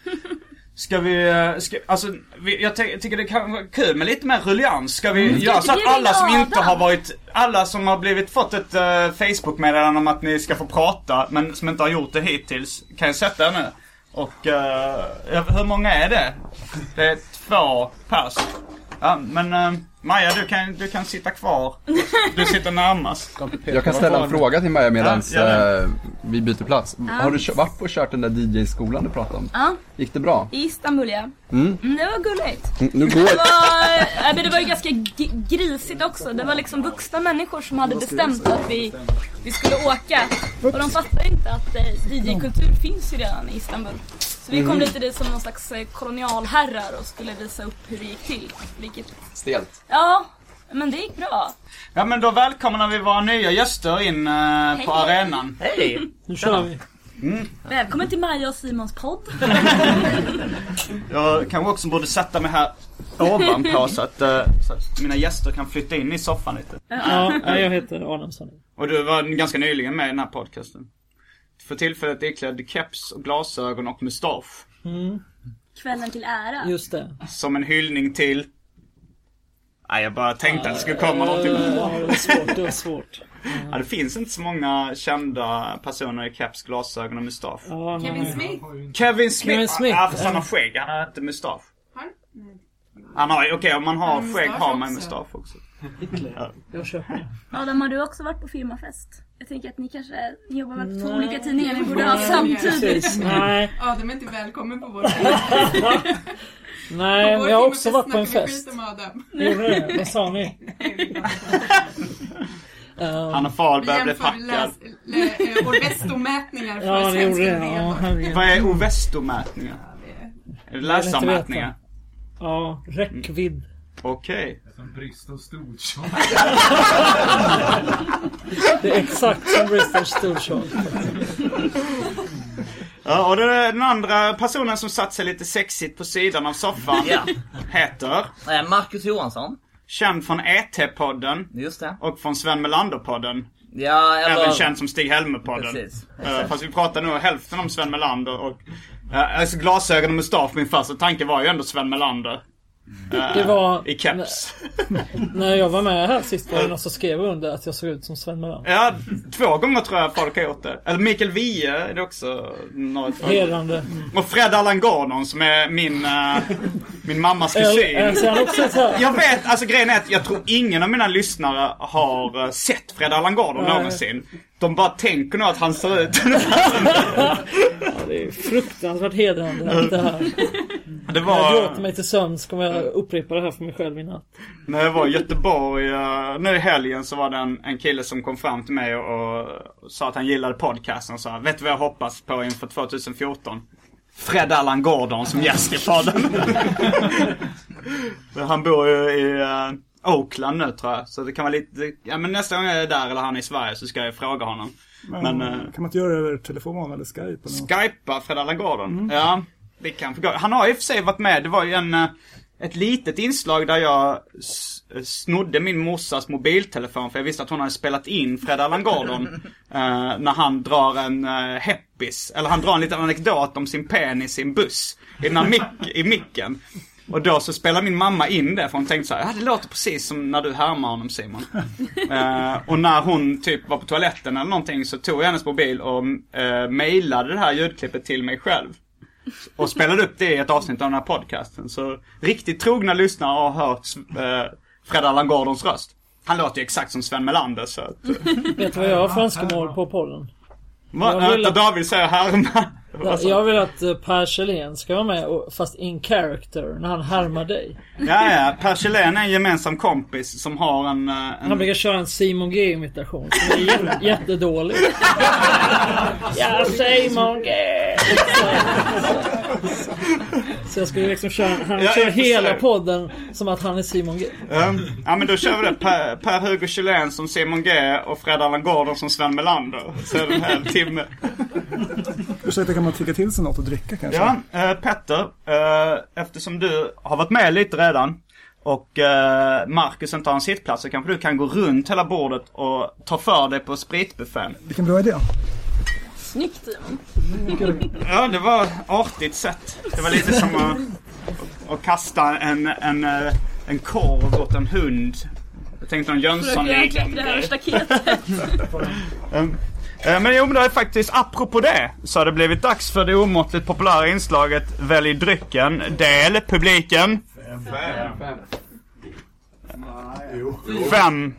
Jag tycker det kan vara kul med lite mer ruljans. Ska vi göra så att alla som har blivit fått ett Facebook-meddelande om att ni ska få prata men som inte har gjort det hittills kan jag sätta nu. Och hur många är det? Det är 2 pers. Ja, men Maja, du kan sitta kvar. Du sitter närmast. Jag kan ställa en fråga till Maja medan vi byter plats. Har du varit och kört den där DJ-skolan du pratade om? Ja. Gick det bra? I Istanbul, ja. Det var gulligt. Det var ju ganska grisigt också. Det var liksom vuxna människor som hade bestämt att vi skulle åka. Och de fattade inte att DJ-kultur finns ju redan i Istanbul. Så vi kom lite dit som någon slags kolonialherrar och skulle visa upp hur det gick till. Stelt. Ja, men det gick bra. Ja, men då välkomnar vi våra nya gäster in på arenan. Hej! Nu kör vi. Välkommen till Maja och Simons podd. Jag kanske också borde sätta mig här ovanpå så att mina gäster kan flytta in i soffan lite. Ja, jag heter Adamsson. Och du var ganska nyligen med i den här podcasten. För tillfället iklädd keps och glasögon och mustasch. Kvällen till ära. Just det. Som en hyllning till... Nej, jag bara tänkte att det skulle komma någonting. Det var svårt. Ja, det finns inte så många kända personer i keps, glasögon och mustasch. Kevin Smith. Ja, fast han har skägg. Han har inte mustasch. Han har, okej, om man har skägg har man mustasch också. Ja. Jag köper. Adam, har du också varit på firmafest? Jag tänker att ni kanske jobbar med 2 olika tidningar. Ni borde ha samtidigt. Nej. Adam är inte välkommen på vår Nej, men jag har också varit på en fest. Vad sa ni? Hanna Fahlberg blev packad. Ovestomätningar för svenska elever. Vad är Ovestomätningar? Är det läsarmätningar? Ja, räckvidd. Okej. Som Bristol Stortjål. Det är exakt som Bristol Stortjål. Ja, och den andra personen som satt sig lite sexigt på sidan av soffan heter Marcus Johansson. Känd från ET-podden. Just det. Och från Sven Melander-podden. Ja, även känd som Stig Helmer-podden. Precis. Fast vi pratar nu hälften om Sven Melander. Och alltså glasögon och mustasch, min första tanke var ju ändå Sven Melander. Det var i keps. När jag var med här sist var det någon som skrev under att jag såg ut som Sven Melander. Ja, 2 gånger tror jag folk har gjort det. Eller Mikael Wiehe är det också något. Hedrande. Och Fred Allan Gordon som är min mammas kusin. Jag vet, alltså grejen är att jag tror ingen av mina lyssnare har sett Fred Allan Gordon någonsin. De bara tänker nog att han ser ut. Ja, det är fruktansvärt hedrande det här. Det var... Jag gråter mig till sömns, kommer jag upprepa det här för mig själv i natt. När jag var i Göteborg nu i helgen så var det en kille som kom fram till mig och sa att han gillade podcasten och sa, vet du vad jag hoppas på inför 2014? Fred Allan Gordon som gäst i podden. Han bor ju i Oakland nu tror jag. Så det kan vara lite, ja men nästa gång jag är där eller han är i Sverige så ska jag fråga honom. Men kan man inte göra det över telefon eller Skype? Skypa Fred Allan Gordon. Ja, det kan förgå. Han har ju för sig varit med. Det var ju ett litet inslag där jag snodde min morsas mobiltelefon för jag visste att hon hade spelat in Fred Allan Gordon när han drar en heppis, eller han drar en liten anekdot om sin penis i en buss i micken. Och då så spelar min mamma in det för hon tänkte så här, det låter precis som när du härmar honom, Simon. Och när hon typ var på toaletten eller någonting så tog jag hennes mobil och mejlade det här ljudklippet till mig själv. Och spelade upp det i ett avsnitt av den här podcasten. Så riktigt trogna lyssnare har hört Fred Allan Gordons röst. Han låter ju exakt som Sven Melander. Så att, vet du vad jag har för önskemål på podden? David säger härma. Jag vill att Per Kjellén ska vara med fast in character när han härmar dig. Ja, Per Kjellén är en gemensam kompis som har en... Han brukar köra en Simon G-imitation som är jättedålig. Ja, Simon G! Så jag skulle liksom köra, han kör hela podden som att han är Simon G. Ja, men då kör vi det. Per Hugo Kjellén som Simon G och Fred Allan Gordon som Sven Melander. Så är det här en timme. Ursäkta, kan man trycka till sig något och dricka kanske? Ja, Petter, eftersom du har varit med lite redan och Marcus inte har en sittplats så kanske du kan gå runt hela bordet och ta för dig på spritbuffén. Vilken bra idé. Snyggt, Simon. Ja, det var artigt sätt. Det var lite som att kasta en korv åt en hund. Jag tänkte om Jönsson liknande. Det här staketet. Men jo, men det är faktiskt, apropå det, så har det blivit dags för det omåttligt populära inslaget Välj drycken. Del publiken. 5.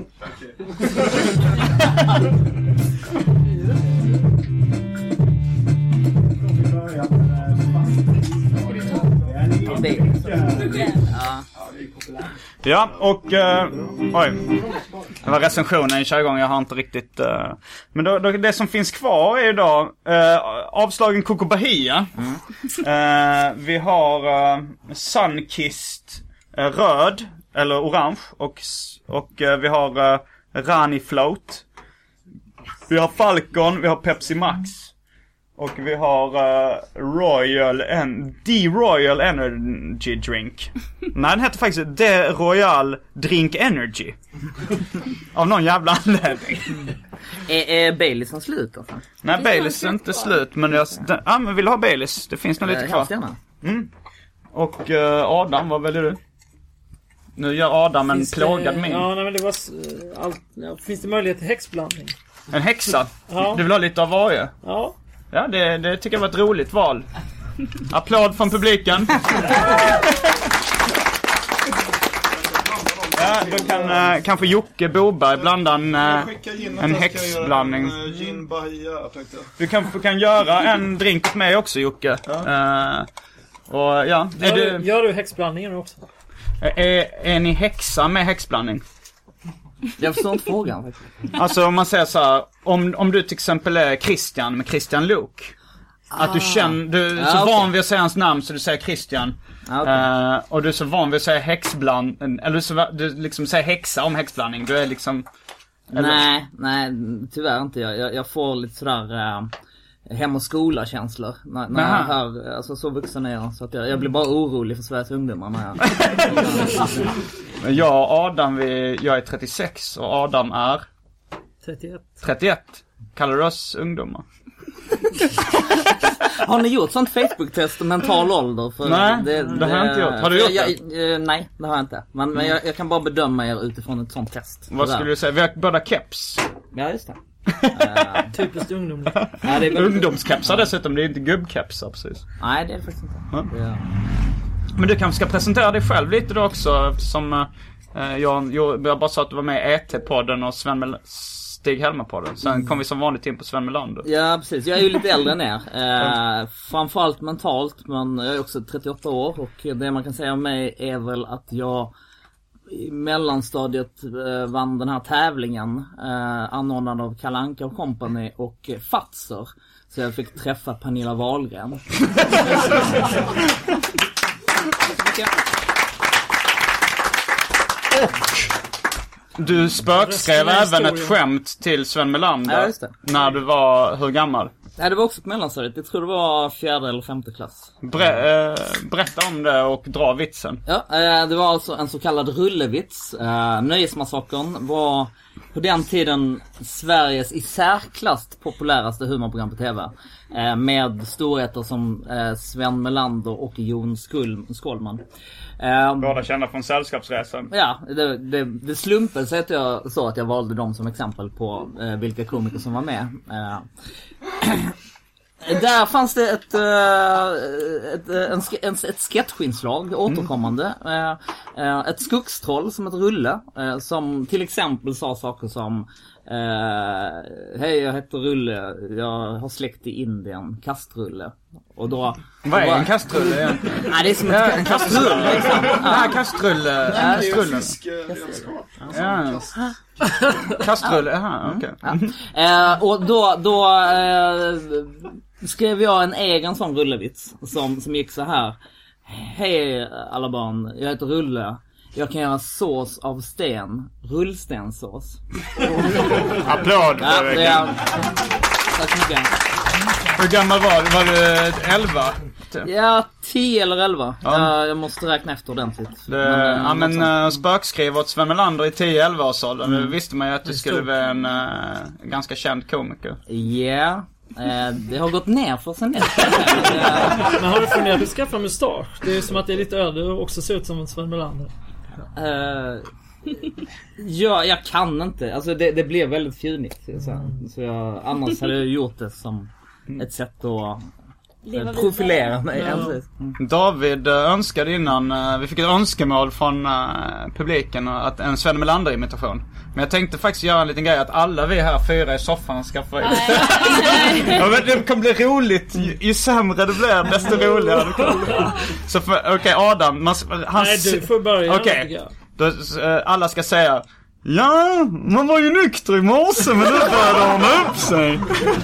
Ja, och oj. Det var recensionen i körgång, jag har inte riktigt men då, det som finns kvar är då avslagen Coco Bahia. Vi har Sunkist röd eller orange och vi har Rani Float. Vi har Falcon, vi har Pepsi Max. Och vi har Royal Energy Drink. Nej, den heter faktiskt The Royal Drink Energy. Av någon jävla anledning. Är Baileys som slut då? Nej, Baileys är inte slut. Men men vill ha Baileys. Det finns nog lite kvar. Och Adam, vad väljer du? Nu gör Adam en plågad min. Ja, nej, men det var finns det möjlighet till häxblandning? En häxa? Ja. Du vill ha lite av varje? Ja. Ja, det tycker jag var ett roligt val. Applåd från publiken. Ja, då kan kanske Jocke Boberg blanda en häxblandning. Du kanske kan göra en drink med mig också, Jocke. Och ja, gör du häxblandningen också? Är ni häxa med häxblandning? Jag förstår inte frågan faktiskt. Alltså om man säger så här, om du till exempel är Christian med Christian Luke. Att du känner, du är så van vid att säga hans namn så du säger Christian. Och du är så van vid att säga häxblandning. Eller du liksom säger häxa om häxblandning. Du är liksom... Nej, tyvärr inte. Jag får lite sådär hem- och skola-känslor när jag hör, alltså så vuxen är jag. Så att jag blir bara orolig för Sveriges ungdomar när jag och Adam, jag är 36 och Adam är 31. Kallar du oss ungdomar? Har ni gjort sånt Facebook-test om mental ålder? För nej, det har jag inte gjort. Har du gjort det? Nej, det har jag inte. Men jag kan bara bedöma er utifrån ett sånt test. Vad skulle du säga? Vi har båda keps. Ja, just det. Typiskt ungdomligt. Ungdomskepsar dessutom, det är inte gubbkepsar precis. Nej, det är det faktiskt inte. Ja. Men du kanske ska presentera dig själv lite då också, eftersom jag bara sa att du var med i ET-podden och Stig Helmer-podden. Sen kom vi som vanligt in på Sven Melander. Ja, precis. Jag är ju lite äldre än er. Framförallt mentalt, men jag är också 38 år. Och det man kan säga om mig är väl att jag i mellanstadiet vann den här tävlingen anordnad av Kalle Anka och Company och Fatser. Så jag fick träffa Pernilla Wahlgren. Du spökskrev även ett skämt till Sven Melander. Ja, just det. När du var, hur gammal? Nej, det var också på mellanstadiet. Jag tror det var 4:e eller 5:e klass. Berätta om det och dra vitsen. Ja, det var alltså en så kallad rullevits. Nöjesmassakern var på den tiden Sveriges i särklass populäraste humorprogram på TV. Med storheter som Sven Melander och Jon Skolman. Båda kända från Sällskapsresan. Ja, det slumpade sig att jag sa att jag valde dem som exempel på vilka komiker som var med. Där fanns det ett sketchinslag återkommande. Ett skogstroll som ett rulle som till exempel sa saker som hej, jag heter Rulle, jag har släkt i Indien, kastrulle. Och då vad är en kastrulle egentligen? Nej, det är som en kastrulle liksom. Nej, kastrulle. Kastrulle, jaha, okej. Och då skrev jag en egen sån rullevits som gick så här: hej alla barn, jag heter Rulle. Jag kan göra sås av sten. Rullstensås. Applåd. Ja, tack så mycket. Hur gammal var du? Var du 11? Ja, 10 eller 11. Ja. Jag måste räkna efter ordentligt. Spökskrev åt Sven Melander i 10-11 års ålder. Nu visste man ju att du skulle vara en ganska känd komiker. Ja. Det har gått ner för sen dess. Men har du funderat att skaffa mustasch? Det är ju som att det är lite öde och också ser ut som en Sven Melander. Ja, jag kan inte. Alltså det blev väldigt fjunigt. Så annars hade jag gjort det som ett sätt att profilera mig. Ja. David önskade innan, vi fick ett önskemål från publiken att en Sven Melander-imitation. Men jag tänkte faktiskt göra en liten grej att alla vi här 4 i soffan ska få ja, men det kommer bli roligt. Ju sämre det blir, desto roligare det kommer. Så okej, Adam, nej, du får börja. Okej, alla ska säga: ja, man var ju nykter i morse, men nu började han upp sig.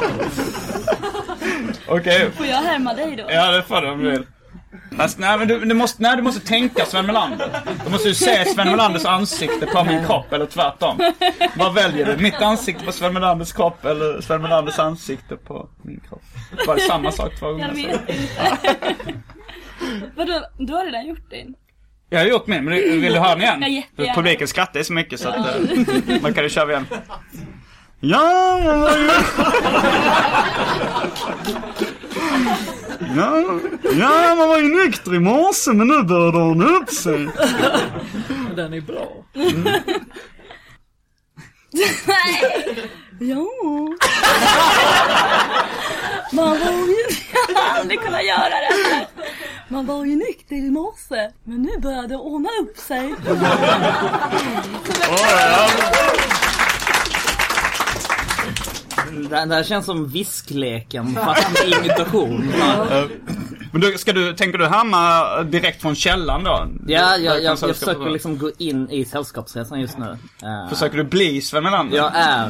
Okej. Får jag härma dig då? Ja, det får du om du vill. Fast, nej, men du måste tänka Sven Melander. Då måste du se Sven Melanders ansikte på min kropp, eller tvärtom. Vad väljer du? Mitt ansikte på Sven Melanders kropp eller Sven Melanders ansikte på min kropp? Var det samma sak 2 gånger? Jag vet inte. Vadå, du har redan gjort din? Jag har gjort min, men vill du höra den igen? Ja, publiken skrattar så mycket så att man kan ju köra igen. Ja, man var ju nykter i morse, men nu började hon upp sig. Den är bra. Ja. Man var ju... Jag hade aldrig kunnat göra det här. Man var ju nykter i morse, men nu började det ordna upp sig. Det här känns som viskleken fast med imitation. Men då, tänker du hamna direkt från källan då? Ja, jag försöker liksom gå in i sällskapsresan just nu. Försöker du bli Sven Melander? Jag är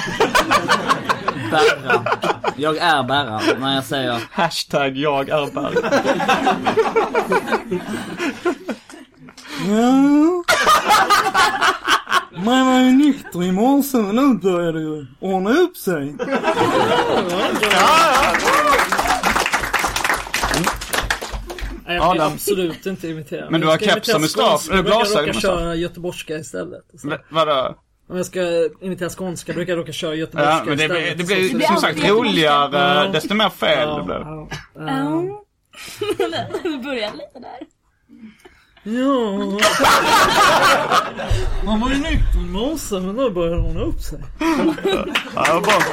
bärare. Jag är bärare när jag säger hashtag jag är bärare. Man var ju nykter i morse, men nu började det ordna upp sig. Jag kan absolut inte imitera. Men du har keps som är straff. Jag brukar köra göteborgska istället. Vadå? Om jag ska imitera skånska brukar jag råka köra göteborgska. Ja, men det blir som sagt roligare desto mer fel det blir. Du börjar lite där. Ja. Man var ju nykter i morse, men då började hon upp sig. Ja, bra.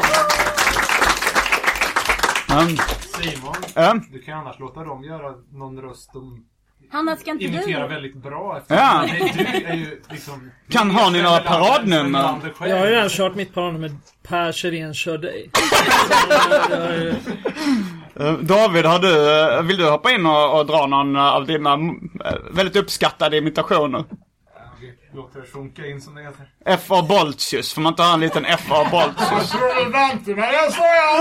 Simon, du kan annars låta dem göra någon röst de Hanna, ska inte imiterar du? väldigt bra. Du är ju liksom... Kan ha ni några paradnummer? Jag har ju redan kört mitt paradnummer Per Kjellén kör dig. David, vill du hoppa in och dra någon av dina väldigt uppskattade imitationer? Låter det sjunka in som det heter. F.A. Boltius, får man inte ha en liten F.A. Boltius? Jag tror det väntar när jag säger.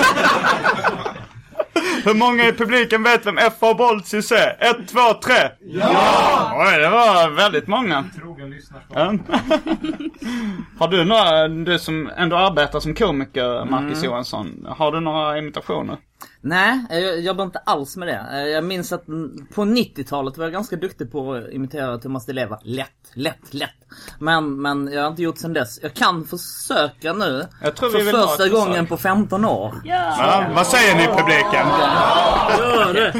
Hur många i publiken vet vem F.A. Boltius är? 1, 2, 3. Ja! Oj, det var väldigt många. Trogen lyssnar. Har du några, du som ändå arbetar som komiker, Marcus Johansson, har du några imitationer? Nej, jag jobbar inte alls med det. Jag minns att på 90-talet var jag ganska duktig på att imitera Thomas Di Leva. Lätt. Men jag har inte gjort sen dess. Jag kan försöka nu. Jag tror för första gången på 15 år. Ja, vad säger ni i publiken? Gör det.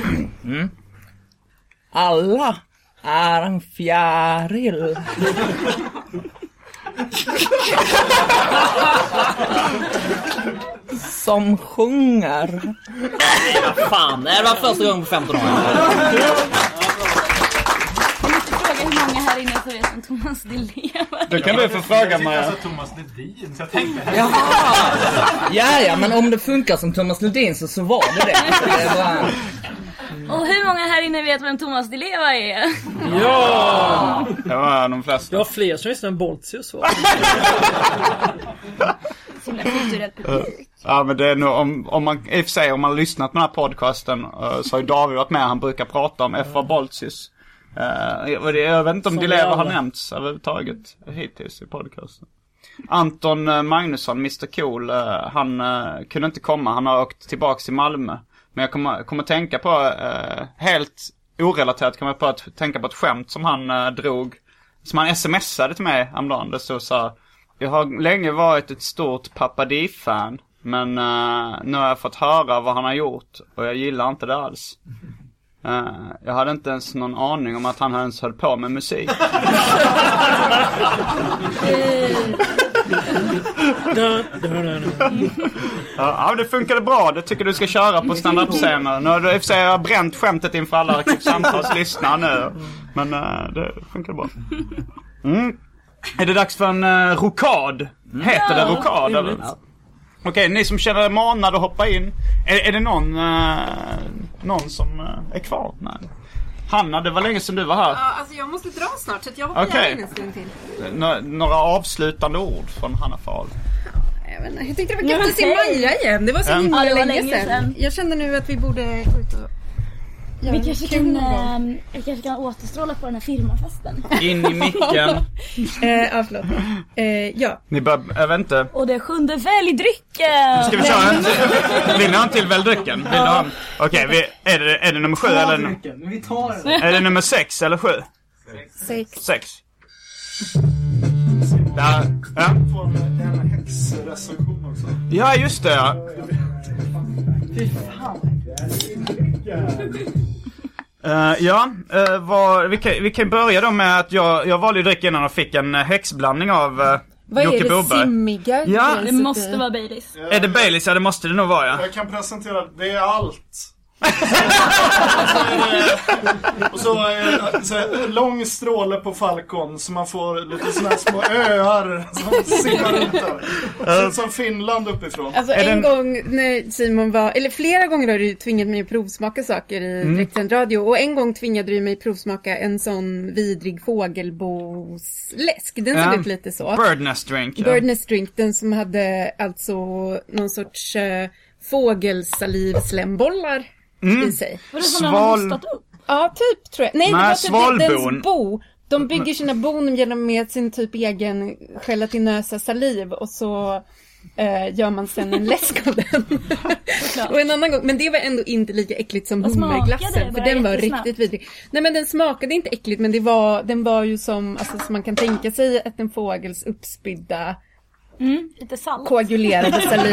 Alla är en fjäril. Som sjunger. Nej, vad fan. Det var första gången på 15 år. Jag måste fråga hur många här inne som vet om Thomas Di Leva. Då kan du få fråga mig. Alltså Thomas Ledin, så jag tänkte... Ja, men om det funkar som Thomas Ledin så var det. Det var... Och hur många här inne vet vem Thomas Di Leva är? Ja! Det var de flesta. Jag har fler som visste en Boltius var. Ja, men det är nog om man i och för sig, om man har lyssnat på den här podcasten så har ju David varit med. Han brukar prata om F.A. Boltius. Jag vet inte om Di Leva har nämnts överhuvudtaget hittills i podcasten. Anton Magnusson, Mr. Cool, han kunde inte komma. Han har åkt tillbaka till Malmö. Men jag kommer tänka på, helt orelaterat kommer jag på att tänka på ett skämt som han drog, som han smsade till mig häromdagen. Det stod så här: jag har länge varit ett stort Papa Di-fan, men nu har jag fått höra vad han har gjort och jag gillar inte det alls. Jag hade inte ens någon aning om att han ens höll på med musik. Ja, det funkade bra. Det tycker du ska köra på stand-up-scener. Nu har du i och för sig bränt skämtet inför alla samtalslyssnare nu. Men det funkar bra. Är det dags för en rokad? Heter det rokad? Eller? Okej, ni som känner er manade att hoppa in. Är det någon som är kvar? Nej. Hanna, det var länge sedan du var här. Ja, alltså jag måste dra snart så jag hoppar gärna in en stund till. Några avslutande ord från Hanna Fahl. Jag tyckte det var kul att se Maja igen. Det var så himla länge sedan. Jag kände nu att vi borde gå ut och... Vi kanske kan återstråla på den här firmafesten. In i micken. Ja, förlåt. Ja. Ni jag vet inte. Och det 7:e väljdrycken. Ska vi köra vill ni ha en till väljdrycken? Okej, är det nummer 7 eller? Vi tar det. Är det nummer 6 eller 7? 6. Där. Ja. Får en häxrecension också. Ja, just det. Ja. Fy fan. Vi kan börja då med att jag valde ju dryck innan och fick en häxblandning av Jocke Boberg. Vad är det simmiga? Ja, det måste vara Baileys. Är det Baileys? Ja, det måste det nog vara, ja. Jag kan presentera, det är allt. Och så en lång stråle på Falcon så man får lite såna små öar som simmar runt där. Sitt som Finland uppifrån. Alltså gång när Simon var, eller flera gånger har du tvingat mig att provsmaka saker i direktsänd radio, och en gång tvingade du mig att provsmaka en sån vidrig fågelbosläsk. Den såg ut lite så. Birdnest drink. Birdnest drink, den som hade alltså någon sorts fågelsalivslembollar i sig. Var det som de har hostat upp? Ja, typ tror jag. Nej, det var svalbon. Dens bo. De bygger sina bon genom med sin typ egen gelatinösa saliv och så gör man sen en läsk av den. Och en annan gång, men det var ändå inte lika äckligt som hummerglassen, för den var riktigt vidrig. Nej, men den smakade inte äckligt, men den var ju som, alltså, som man kan tänka sig att en fågels uppspydda lite salt. Koagulerade saliv.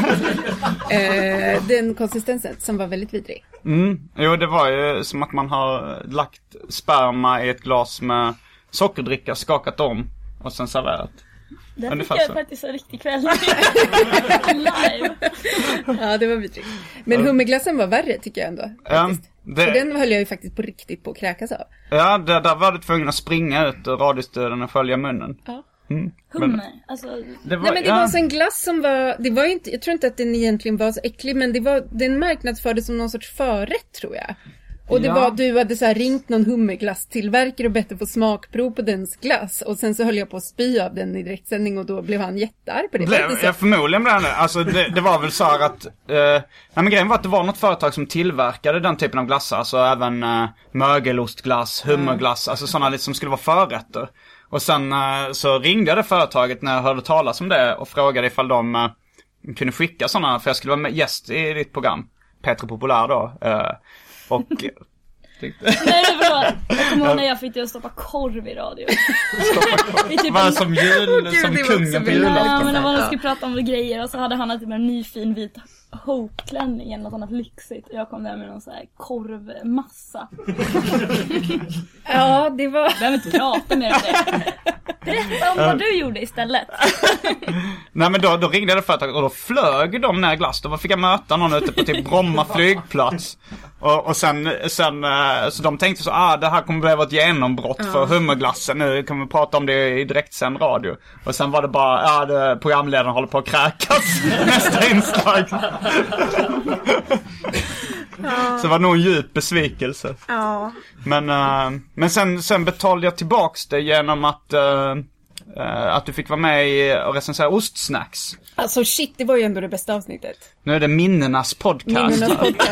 Den konsistensen som var väldigt vidrig. Jo, det var ju som att man har lagt sperma i ett glas med sockerdricka, skakat om och sen serverat. Det fick jag faktiskt en riktig kväll. Live. Ja, det var vidrigt. Men hummerglassen var värre tycker jag ändå. Och den höll jag ju faktiskt på riktigt på att kräkas av. Ja, där var du tvungen att springa ut ur radiostöden och följa munnen. Ja. Hummer, alltså... Det var så en glass som var... Det var ju inte, jag tror inte att den egentligen var så äcklig, men den marknadsfördes som någon sorts förrätt, tror jag. Och det var, du hade så här ringt någon hummerglasstillverkare och bett att få smakprov på dens glass. Och sen så höll jag på att spy av den i direktsändning och då blev han jättearg på det. Jag förmodligen blev det. Alltså det var väl så här att... nej, men grejen var att det var något företag som tillverkade den typen av glassar. Alltså även mögelostglass, hummerglass, alltså sådana liksom som skulle vara förrätter. Och sen så ringde jag det företaget när jag hörde talas om det och frågade ifall de kunde skicka sådana, för jag skulle vara gäst i ditt program. Petri Populär då. Och... Nej, förlåt. Jag kommer ihåg när jag fick stoppa korv i radio. Typ var som som kungen på julafton. Ja, men det var när jag skulle prata om grejer och så hade han typ en ny fin vit Hope-klänning eller något annat lyxigt. Och jag kom där med någon så här korvmassa. Ja, det var... Jag behöver inte prata mer om det. Berätta om vad du gjorde istället. Nej, men då ringde det företaget och då flög de ner glass. Då fick jag möta någon ute på typ Bromma flygplats. Och sen så de tänkte så, det här kommer bli ett genombrott för hummerglassen. Nu kan vi prata om det i direktsänd radio. Och sen var det bara, programledaren håller på att kräkas nästa inslag. Så det var nog en djup besvikelse. Ja. Men sen betalade jag tillbaks det genom att du fick vara med och recensera ostsnacks. Alltså shit, det var ju ändå det bästa avsnittet. Nu är det Minnenas podcast.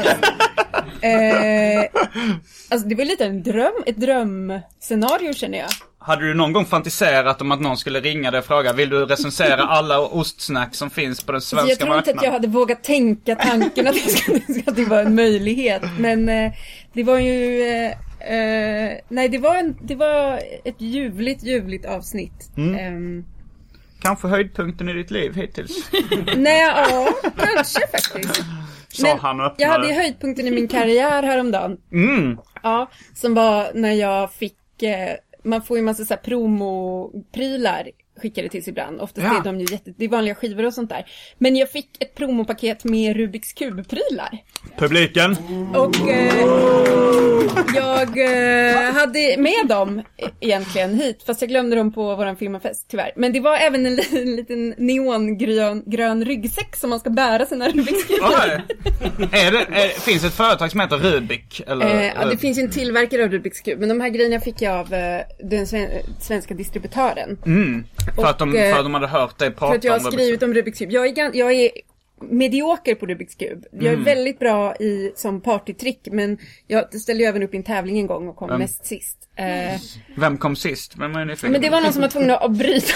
Alltså det var lite ett drömscenario känner jag. Hade du någon gång fantiserat om att någon skulle ringa dig och fråga, vill du recensera alla ostsnacks som finns på den svenska marknaden? Jag tror inte att jag hade vågat tänka tanken att det var en möjlighet. Men det var ju... nej, det var ett ljuvligt avsnitt. Kanske höjdpunkten i ditt liv hittills? Nej, kanske faktiskt. Jag hade höjdpunkten i min karriär häromdagen. Ja, som var när jag fick... man får ju massa så här promoprylar skickade till sig ibland. Oftast är de ju det är vanliga skivor och sånt där. Men jag fick ett promopaket med Rubiks kubprylar. Publiken. Och jag hade med dem egentligen hit. Fast jag glömde dem på våran firmafest tyvärr. Men det var även en liten neongrön ryggsäck som man ska bära sina Rubiks kuber. Finns ett företag som heter Rubik? Eller? Ja, det finns en tillverkare av Rubiks kub. Men de här grejerna fick jag av den svenska distributören. För att de hade hört dig prata om. För att jag har skrivit om Rubiks kub. Jag är medioker på Rubiks kub. Jag är väldigt bra som partytrick, men jag ställde ju även upp i en tävling en gång och kom näst sist. Vem kom sist? Men det var någon som var tvungen att avbryta.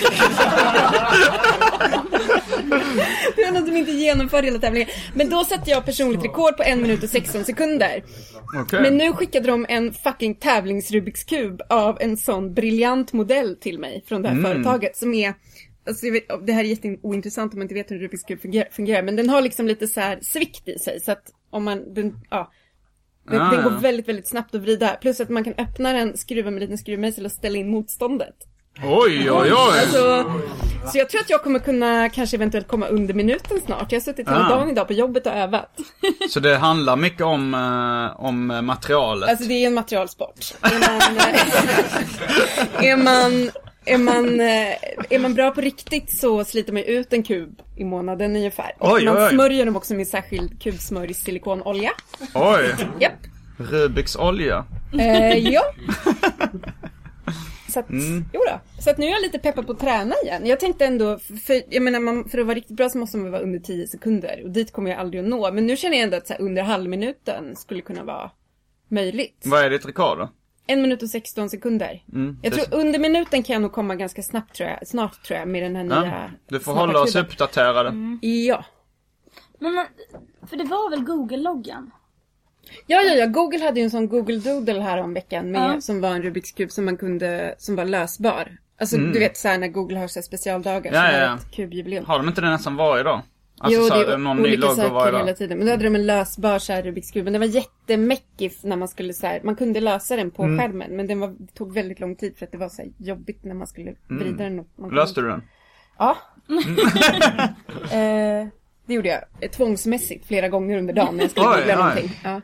Det var någon som inte genomförde hela tävlingen. Men då satte jag personligt rekord på 1 minut och 16 sekunder. Okay. Men nu skickade de en fucking tävlings-Rubiks kub av en sån briljant modell till mig från det här företaget som är... Alltså, det här är jätteointressant om man inte vet hur Rubiks kub fungerar. Men den har liksom lite så här svikt i sig. Så att om man... Den går väldigt, väldigt snabbt att vrida. Plus att man kan öppna den, skruva med en liten skruvmejsel och ställa in motståndet. Oj. Alltså, så jag tror att jag kommer kunna kanske eventuellt komma under minuten snart. Jag har suttit hela dagen idag på jobbet och övat. Så det handlar mycket om materialet? Alltså det är en materialsport. Är man bra på riktigt så sliter man ut en kub i månaden ungefär. Och man smörjer dem också med särskild kubsmörj silikonolja. Oj. Japp. Rubiks olja. Ja. Så att, så att nu är jag lite peppad på att träna igen. Jag tänkte ändå, för att vara riktigt bra så måste man vara under 10 sekunder. Och dit kommer jag aldrig att nå. Men nu känner jag ändå att så här, under halvminuten skulle kunna vara möjligt. Vad är ditt rekord då? 1 minut och 16 sekunder. Jag tror under minuten kan jag nog komma ganska snart tror jag med den här nya. Du får hålla oss uppdaterade. Ja. Men, för det var väl Google-loggan? Ja. Google hade ju en sån Google Doodle här om veckan med, som var en Rubiks kub som var lösbar. Alltså du vet så här när Google har så specialdagar som är ett kubjubileum. Har de inte det nästan varje dag? Alltså, jo, så det är någon ny olika logo saker hela tiden. Men då hade de en lösbar så här Rubiks kub. Men den var jättemäckig när man skulle så här, man kunde lösa den på skärmen. Men det tog väldigt lång tid för att det var så här jobbigt när man skulle vrida den. Löste du den? Ja. Det gjorde jag tvångsmässigt flera gånger under dagen när jag skulle googla någonting. Ja.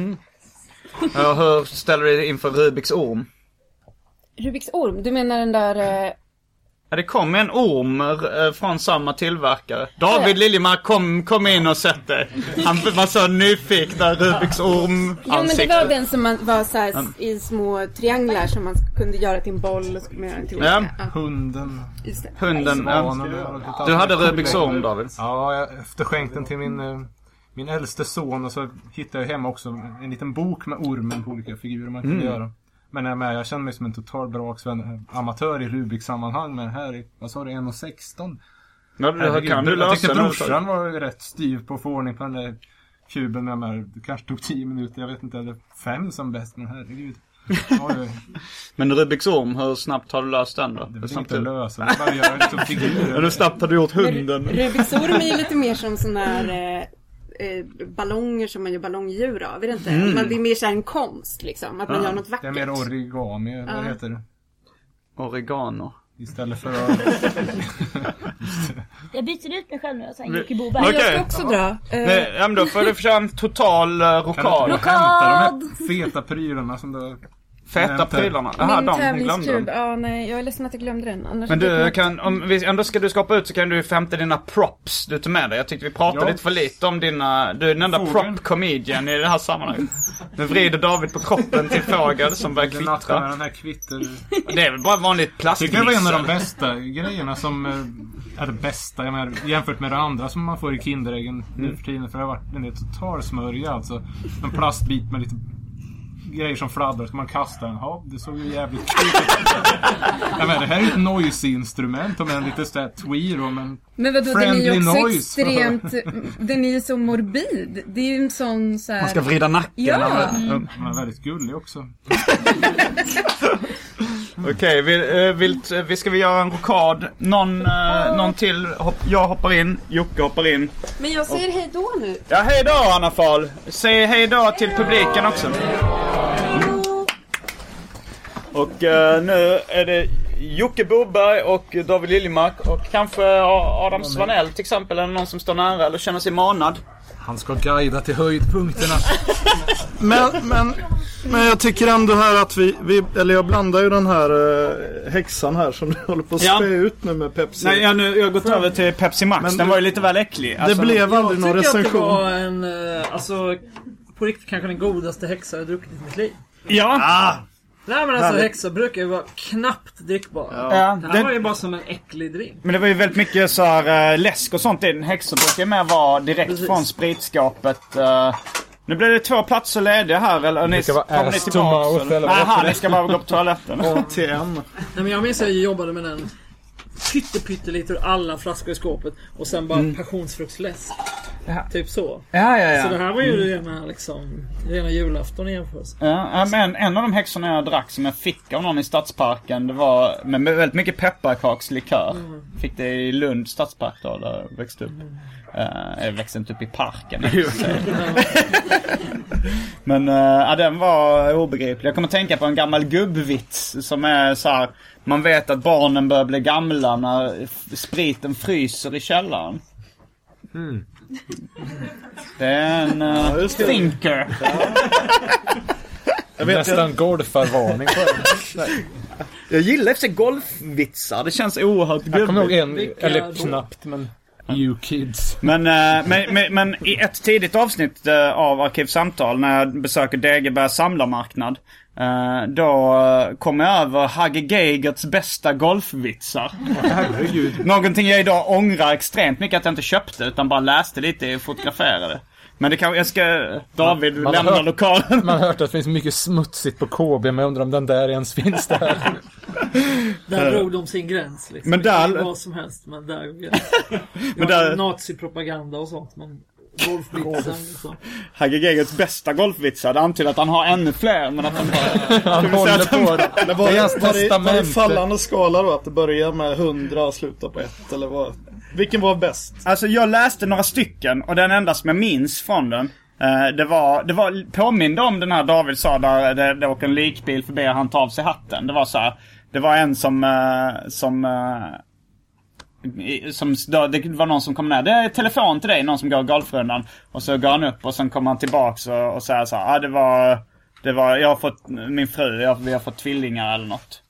Hur ställer du dig inför Rubiks orm? Rubiks orm? Du menar den där... Ja, det kom en orm från samma tillverkare. David Liljemark kom in och sätte. Han var så nyfiken där Rubiks orm. Jo, men det var den som var så här i små trianglar som man kunde göra till en boll och skulle göra den till olika. Hunden. Hunden. Du hade Rubiks orm, David. Ja, jag efterskänkte den till min äldste son och så hittade jag hemma också en liten bok med ormen på olika figurer man kunde göra. Men jag känner mig som en total braksvän amatör i Rubik-sammanhang med här i, vad sa du, 1,16? Ja, det kan du lösa. Jag tyckte brorsan var rätt styv på att få ordning på den där kuben med mig. Det kanske tog 10 minuter, jag vet inte, eller 5 som bäst, men herregud. Men Rubiks orm, hur snabbt har du löst den då? Det är inte att lösa, det är bara göra lite figurer. Hur snabbt har du gjort hunden? Rubiks orm är ju lite mer som sån här... ballonger som man gör ballongdjur av, vet inte? Men det är mer så här en konst liksom, att man gör något vackert. Det är mer origami, vad heter det? Oregano. Istället för att... Jag byter ut mig själv nu och sen Jocke Boberg. Jag ska också dra. Men då får du försöka en total rokad. Hämta de här feta prylarna som du... Feta prylarna. Min tävlingskub. Ja, nej, jag är ledsen att jag glömde den. Annars men du kan, om vi ändå ska du skapa ut så kan du hämta dina props du tar med dig. Jag tyckte vi pratade lite för lite om dina, du är den enda prop-comedian i det här sammanhanget. Nu vrider David på kroppen till fågel som börjar kvittra. Den här kvitter. Det är väl bara vanligt plastmixer. Det kan vara en av de bästa grejerna som är det bästa. Jag menar, jämfört med det andra som man får i Kinderäggen nu för tiden. För det har varit en total smörja alltså. En plastbit med lite grejer som fladdrar så man kastar den. Ja, det såg ju jävligt kul ut. Ja, men det här är ett noise-instrument och med en lite sådär tweer men vadå, den är ju också noise. Extremt den är ju så morbid. Det är ju en sån så här... Man ska vrida nacken. Ja. Man är väldigt gullig också. Okej, vi ska vi göra en rokad. Någon till. Jag hoppar in, Jocke hoppar in. Men jag säger hej då nu. Ja, hej då Anna Fahl. Säg hej då till publiken också. Och nu är det Jocke Boberg och David Liljemark och kanske Adam Svanell till exempel, eller någon som står nära eller känner sig manad. Han ska guida till höjdpunkterna. Men jag tycker ändå här att eller jag blandar ju den här häxan här som du håller på att spä ut nu med Pepsi. Nej, jag har gått över till Pepsi Max. Men den var ju lite väl äcklig. Det blev aldrig någon recension. Jag tycker att det var alltså på riktigt kanske den godaste häxa jag druckit i mitt liv. Ja. Nej, men alltså häxa brukar ju vara knappt drickbar. Ja. Det här var ju bara som en äcklig drink. Men det var ju väldigt mycket så här läsk och sånt i den. Häxa brukar mer vara direkt från spritskapet. Nu blir det 2 platser lediga här. Eller ni kommer ni tillbaka? Nej, ni ska bara gå på toaletten. ATM. Nej, men jag minns att jag jobbade med den pyttelite ur alla flaskor i skåpet. Och sen bara passionsfruktsläsk. Typ så. Ja. Så det här var ju rena julafton i jämförelse. Ja, men en av de häxorna jag drack som jag fick av någon i Stadsparken, det var med väldigt mycket pepparkakslikör. Fick det i Lund Stadspark då, där jag växte upp. Jag växte inte upp i parken. Men den var obegriplig. Jag kommer att tänka på en gammal gubbvits som är så här: man vet att barnen börjar bli gamla när spriten fryser i källaren. Det är en thinker. Jag vet nästan golfarvarning på det. Jag gillar efter golfvitsar. Det känns oerhört gubbigt. Jag kommer ihåg en, eller knappt, men you kids. Men i ett tidigt avsnitt av Arkivsamtal, när jag besöker Degebergs samlarmarknad, då kom jag över Hagge Geigerts bästa golfvitsar. Någonting jag idag ångrar extremt mycket att jag inte köpte, utan bara läste lite och fotograferade. Men det kan, jag ska... David lämna lokalen. Man har hört att det finns mycket smutsigt på KB, men jag undrar om den där ens finns där. Där drog de sin gräns liksom. Men där... Vad som helst, men där... men där... Nazipropaganda och sånt, men... Golfvitsar liksom. Hagge Geigers bästa golfvitsar. Det antyder att han har ännu fler, men att han håller på det. Det var det fallande skala då, att det börjar med 100 och slutar på 1, eller vad? Vilken var bäst? Alltså jag läste några stycken, och den enda som jag minns från den, det var påminner om den här David sa där det åker en likbil förbi och han tar av sig hatten. Det var så här, det var en som det var någon som kom ner. Det är telefon till dig, någon som går golfrundan, och så går han upp och sen kommer han tillbaks och säger så här, det var jag har fått min fru, vi har fått tvillingar eller något.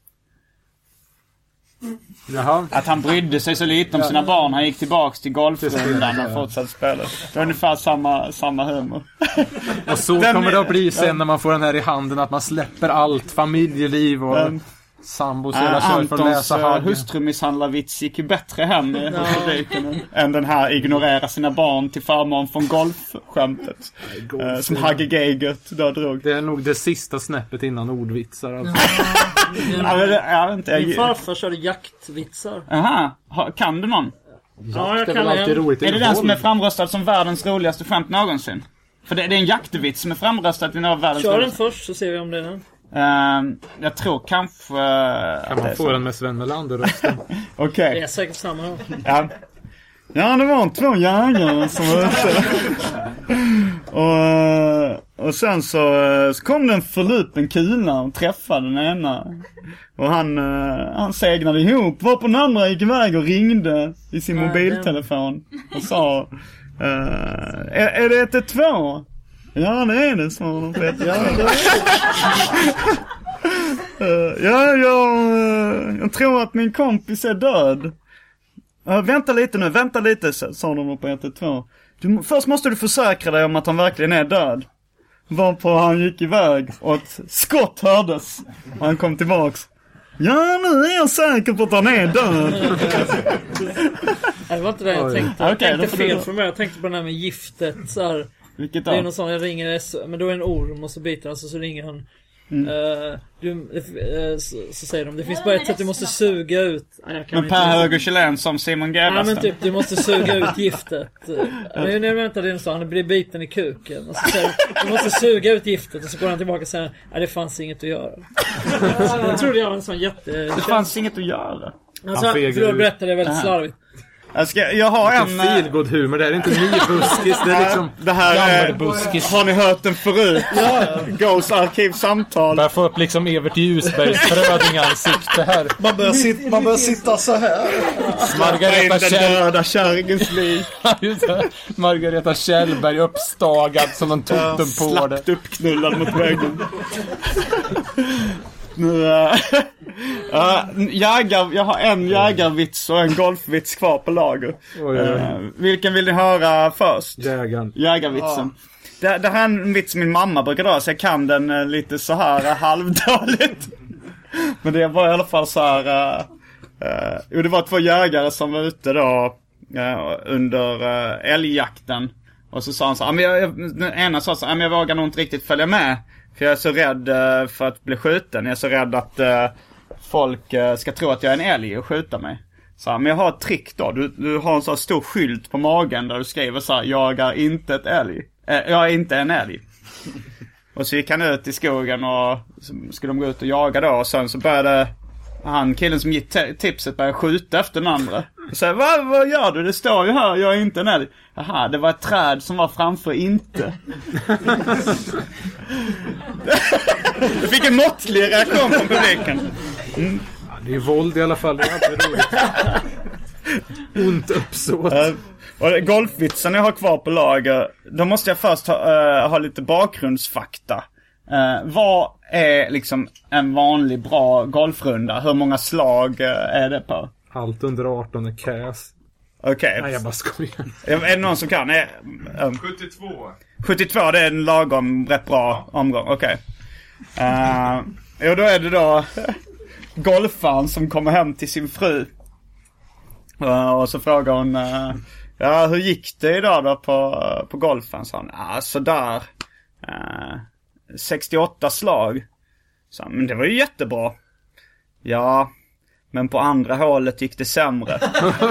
Jaha. Att han brydde sig så lite om sina barn. Han gick tillbaks till golfrundan och fortsatte spela. Det var ungefär samma humor. Och så kommer det att bli sen när man får den här i handen, att man släpper allt, familjeliv och sambos hela kör för att läsa Hagge. Hustrumisshandlarvits gick ju bättre hem än den här ignorera sina barn till förmån från golfskämtet. Som Hagge Geiger då drog. Det är nog det sista snäppet innan ordvitsar alltså. Min farfar körde jaktvitsar. Aha, kan du någon? Ja, jag kan alltid roligt. Är det den som är framröstad som världens roligaste skämt någonsin? För det är en jaktvits som är framröstad till världens Kör den först så ser vi om det är den. Jag tror kanske... Kan man få den med Sven Melander-rösten? Okej. Det är säkert samma. Ja, det var 2 jägare som var ute. Och sen så kom det en förlupen kula och träffade den ena. Och han segnade ihop. Var på den andra gick iväg och ringde i sin mobiltelefon. Och sa... är det 112? Ja, det är det, sa de. Jag tror att min kompis är död. Vänta lite, sa de på 112. Först måste du försäkra dig om att han verkligen är död. Varpå han gick iväg och ett skott hördes. Och han kom tillbaks. Ja, nu är jag säker på att han är död. Det var inte det jag tänkte. Jag tänkte fel från mig. Jag tänkte på den här med giftet så här. Vilket då? Det är någon sån, jag ringer, men då är en orm och så biter han, så ringer han. Så säger de, det finns bara ett sätt, du måste suga ut. Men Per Höger Kjellén som Simon Gervast. Ja, men typ, du måste suga ut giftet. Nu väntar det så, han blir biten i kuken. Och så säger du måste suga ut giftet. Och så går han tillbaka och säger, det fanns inget att göra. Jag trodde jag var en sån Det fanns inget att göra. Alltså, för att berätta det väldigt slarvigt. Jag har en feelgood humor, det är inte nybuskis, det är liksom det här gammelbuskis. Har ni hört den förut? Goes arkivsamtal. Bara få upp liksom Evert Ljusbergs frödingansikte här. Man bör sitta så här. Döda kärringens liv. Margareta Kjellberg uppstagad som en totem på det. Slappt uppknullad mot väggen. Jag har en jägarvits och en golfvits kvar på lager. Vilken vill ni höra först? Jägarvitsen. Det här är en vits min mamma brukar dra, så jag kan den lite så här halvdåligt. Men det var i alla fall så här. Det var 2 jägare som var ute då under älgjakten. Och så sa han så här, den ena sa så här, jag vågar nog inte riktigt följa med. För jag är så rädd för att bli skjuten. Jag är så rädd att folk ska tro att jag är en älg och skjuta mig. Så, men jag har ett trick då. Du har en så stor skylt på magen där du skriver så här, jag är inte ett älg. Jag är inte en älg. Och så gick han ut i skogen och skulle de gå ut och jaga då. Och sen så började killen som gick tipset började skjuta efter den andra. Och så vad gör du? Det står ju här, jag är inte en älg. Aha, det var ett träd som var framför inte. Du fick en måttlig reaktion från publiken. Ja, det är våld i alla fall, det är alltid roligt. Ont uppsåt. Och golfvitsen jag har kvar på lager, då måste jag först ha lite bakgrundsfakta. Vad är liksom en vanlig bra golfrunda? Hur många slag är det på? Allt under 18 är cast. Okej. Nej, jag bara skojar. Är det någon som kan? 72. 72, det är en lagom rätt bra omgång. Okej. Och då är det då golfaren som kommer hem till sin fru. Och så frågar hon, Ja, hur gick det idag då på golfen? Så han, sådär. 68 slag. Så, men det var ju jättebra. Ja, men på andra hålet gick det sämre.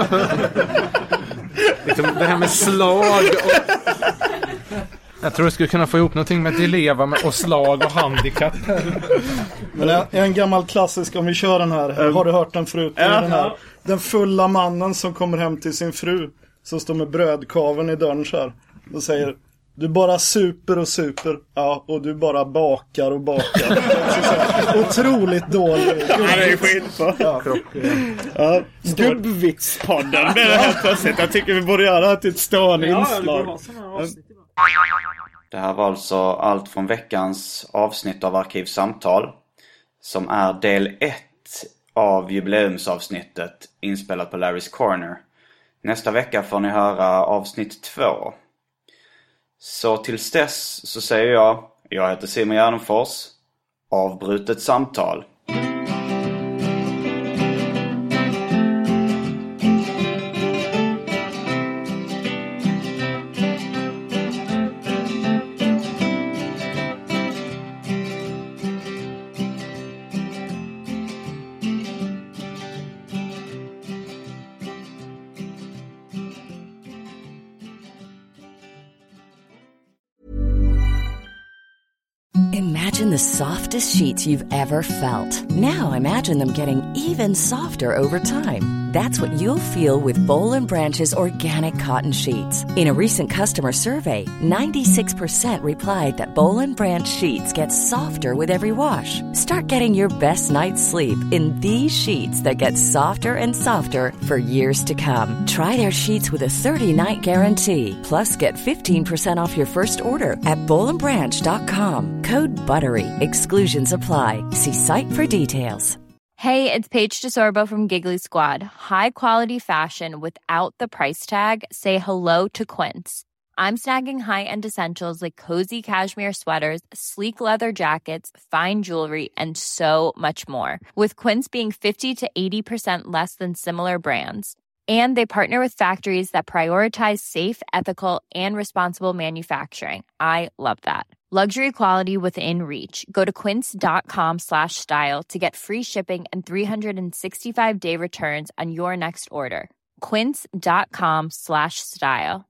Liksom det här med slag och... Jag tror du skulle kunna få ihop någonting med att leva med och slag och handikapp. Men en gammal klassisk, om vi kör den här. Har du hört den förut? Den här. Den fulla mannen som kommer hem till sin fru, som står med brödkaveln i dörren så här. Och säger, du bara super och super. Ja, och du bara bakar och bakar. Otroligt dåligt. Ja, det är skitbra. Ja. Gubbvitspodden. Det är det här plötsligt. Jag tycker vi borde göra till ett stående inslag. Det här var alltså allt från veckans avsnitt av Arkivsamtal, som är del 1 av jubileumsavsnittet inspelat på Larry's Corner. Nästa vecka får ni höra avsnitt 2. Så tills dess så säger jag heter Simon Gärdenfors, avbrutet samtal. Imagine the softest sheets you've ever felt. Now imagine them getting even softer over time. That's what you'll feel with Boll & Branch's organic cotton sheets. In a recent customer survey, 96% replied that Boll & Branch sheets get softer with every wash. Start getting your best night's sleep in these sheets that get softer and softer for years to come. Try their sheets with a 30-night guarantee. Plus, get 15% off your first order at bollandbranch.com. Code BUTTERY. Exclusions apply. See site for details. Hey, it's Paige DeSorbo from Giggly Squad. High quality fashion without the price tag. Say hello to Quince. I'm snagging high-end essentials like cozy cashmere sweaters, sleek leather jackets, fine jewelry, and so much more. With Quince being 50 to 80% less than similar brands. And they partner with factories that prioritize safe, ethical, and responsible manufacturing. I love that. Luxury quality within reach. Go to quince.com/style to get free shipping and 365-day returns on your next order. Quince.com/style.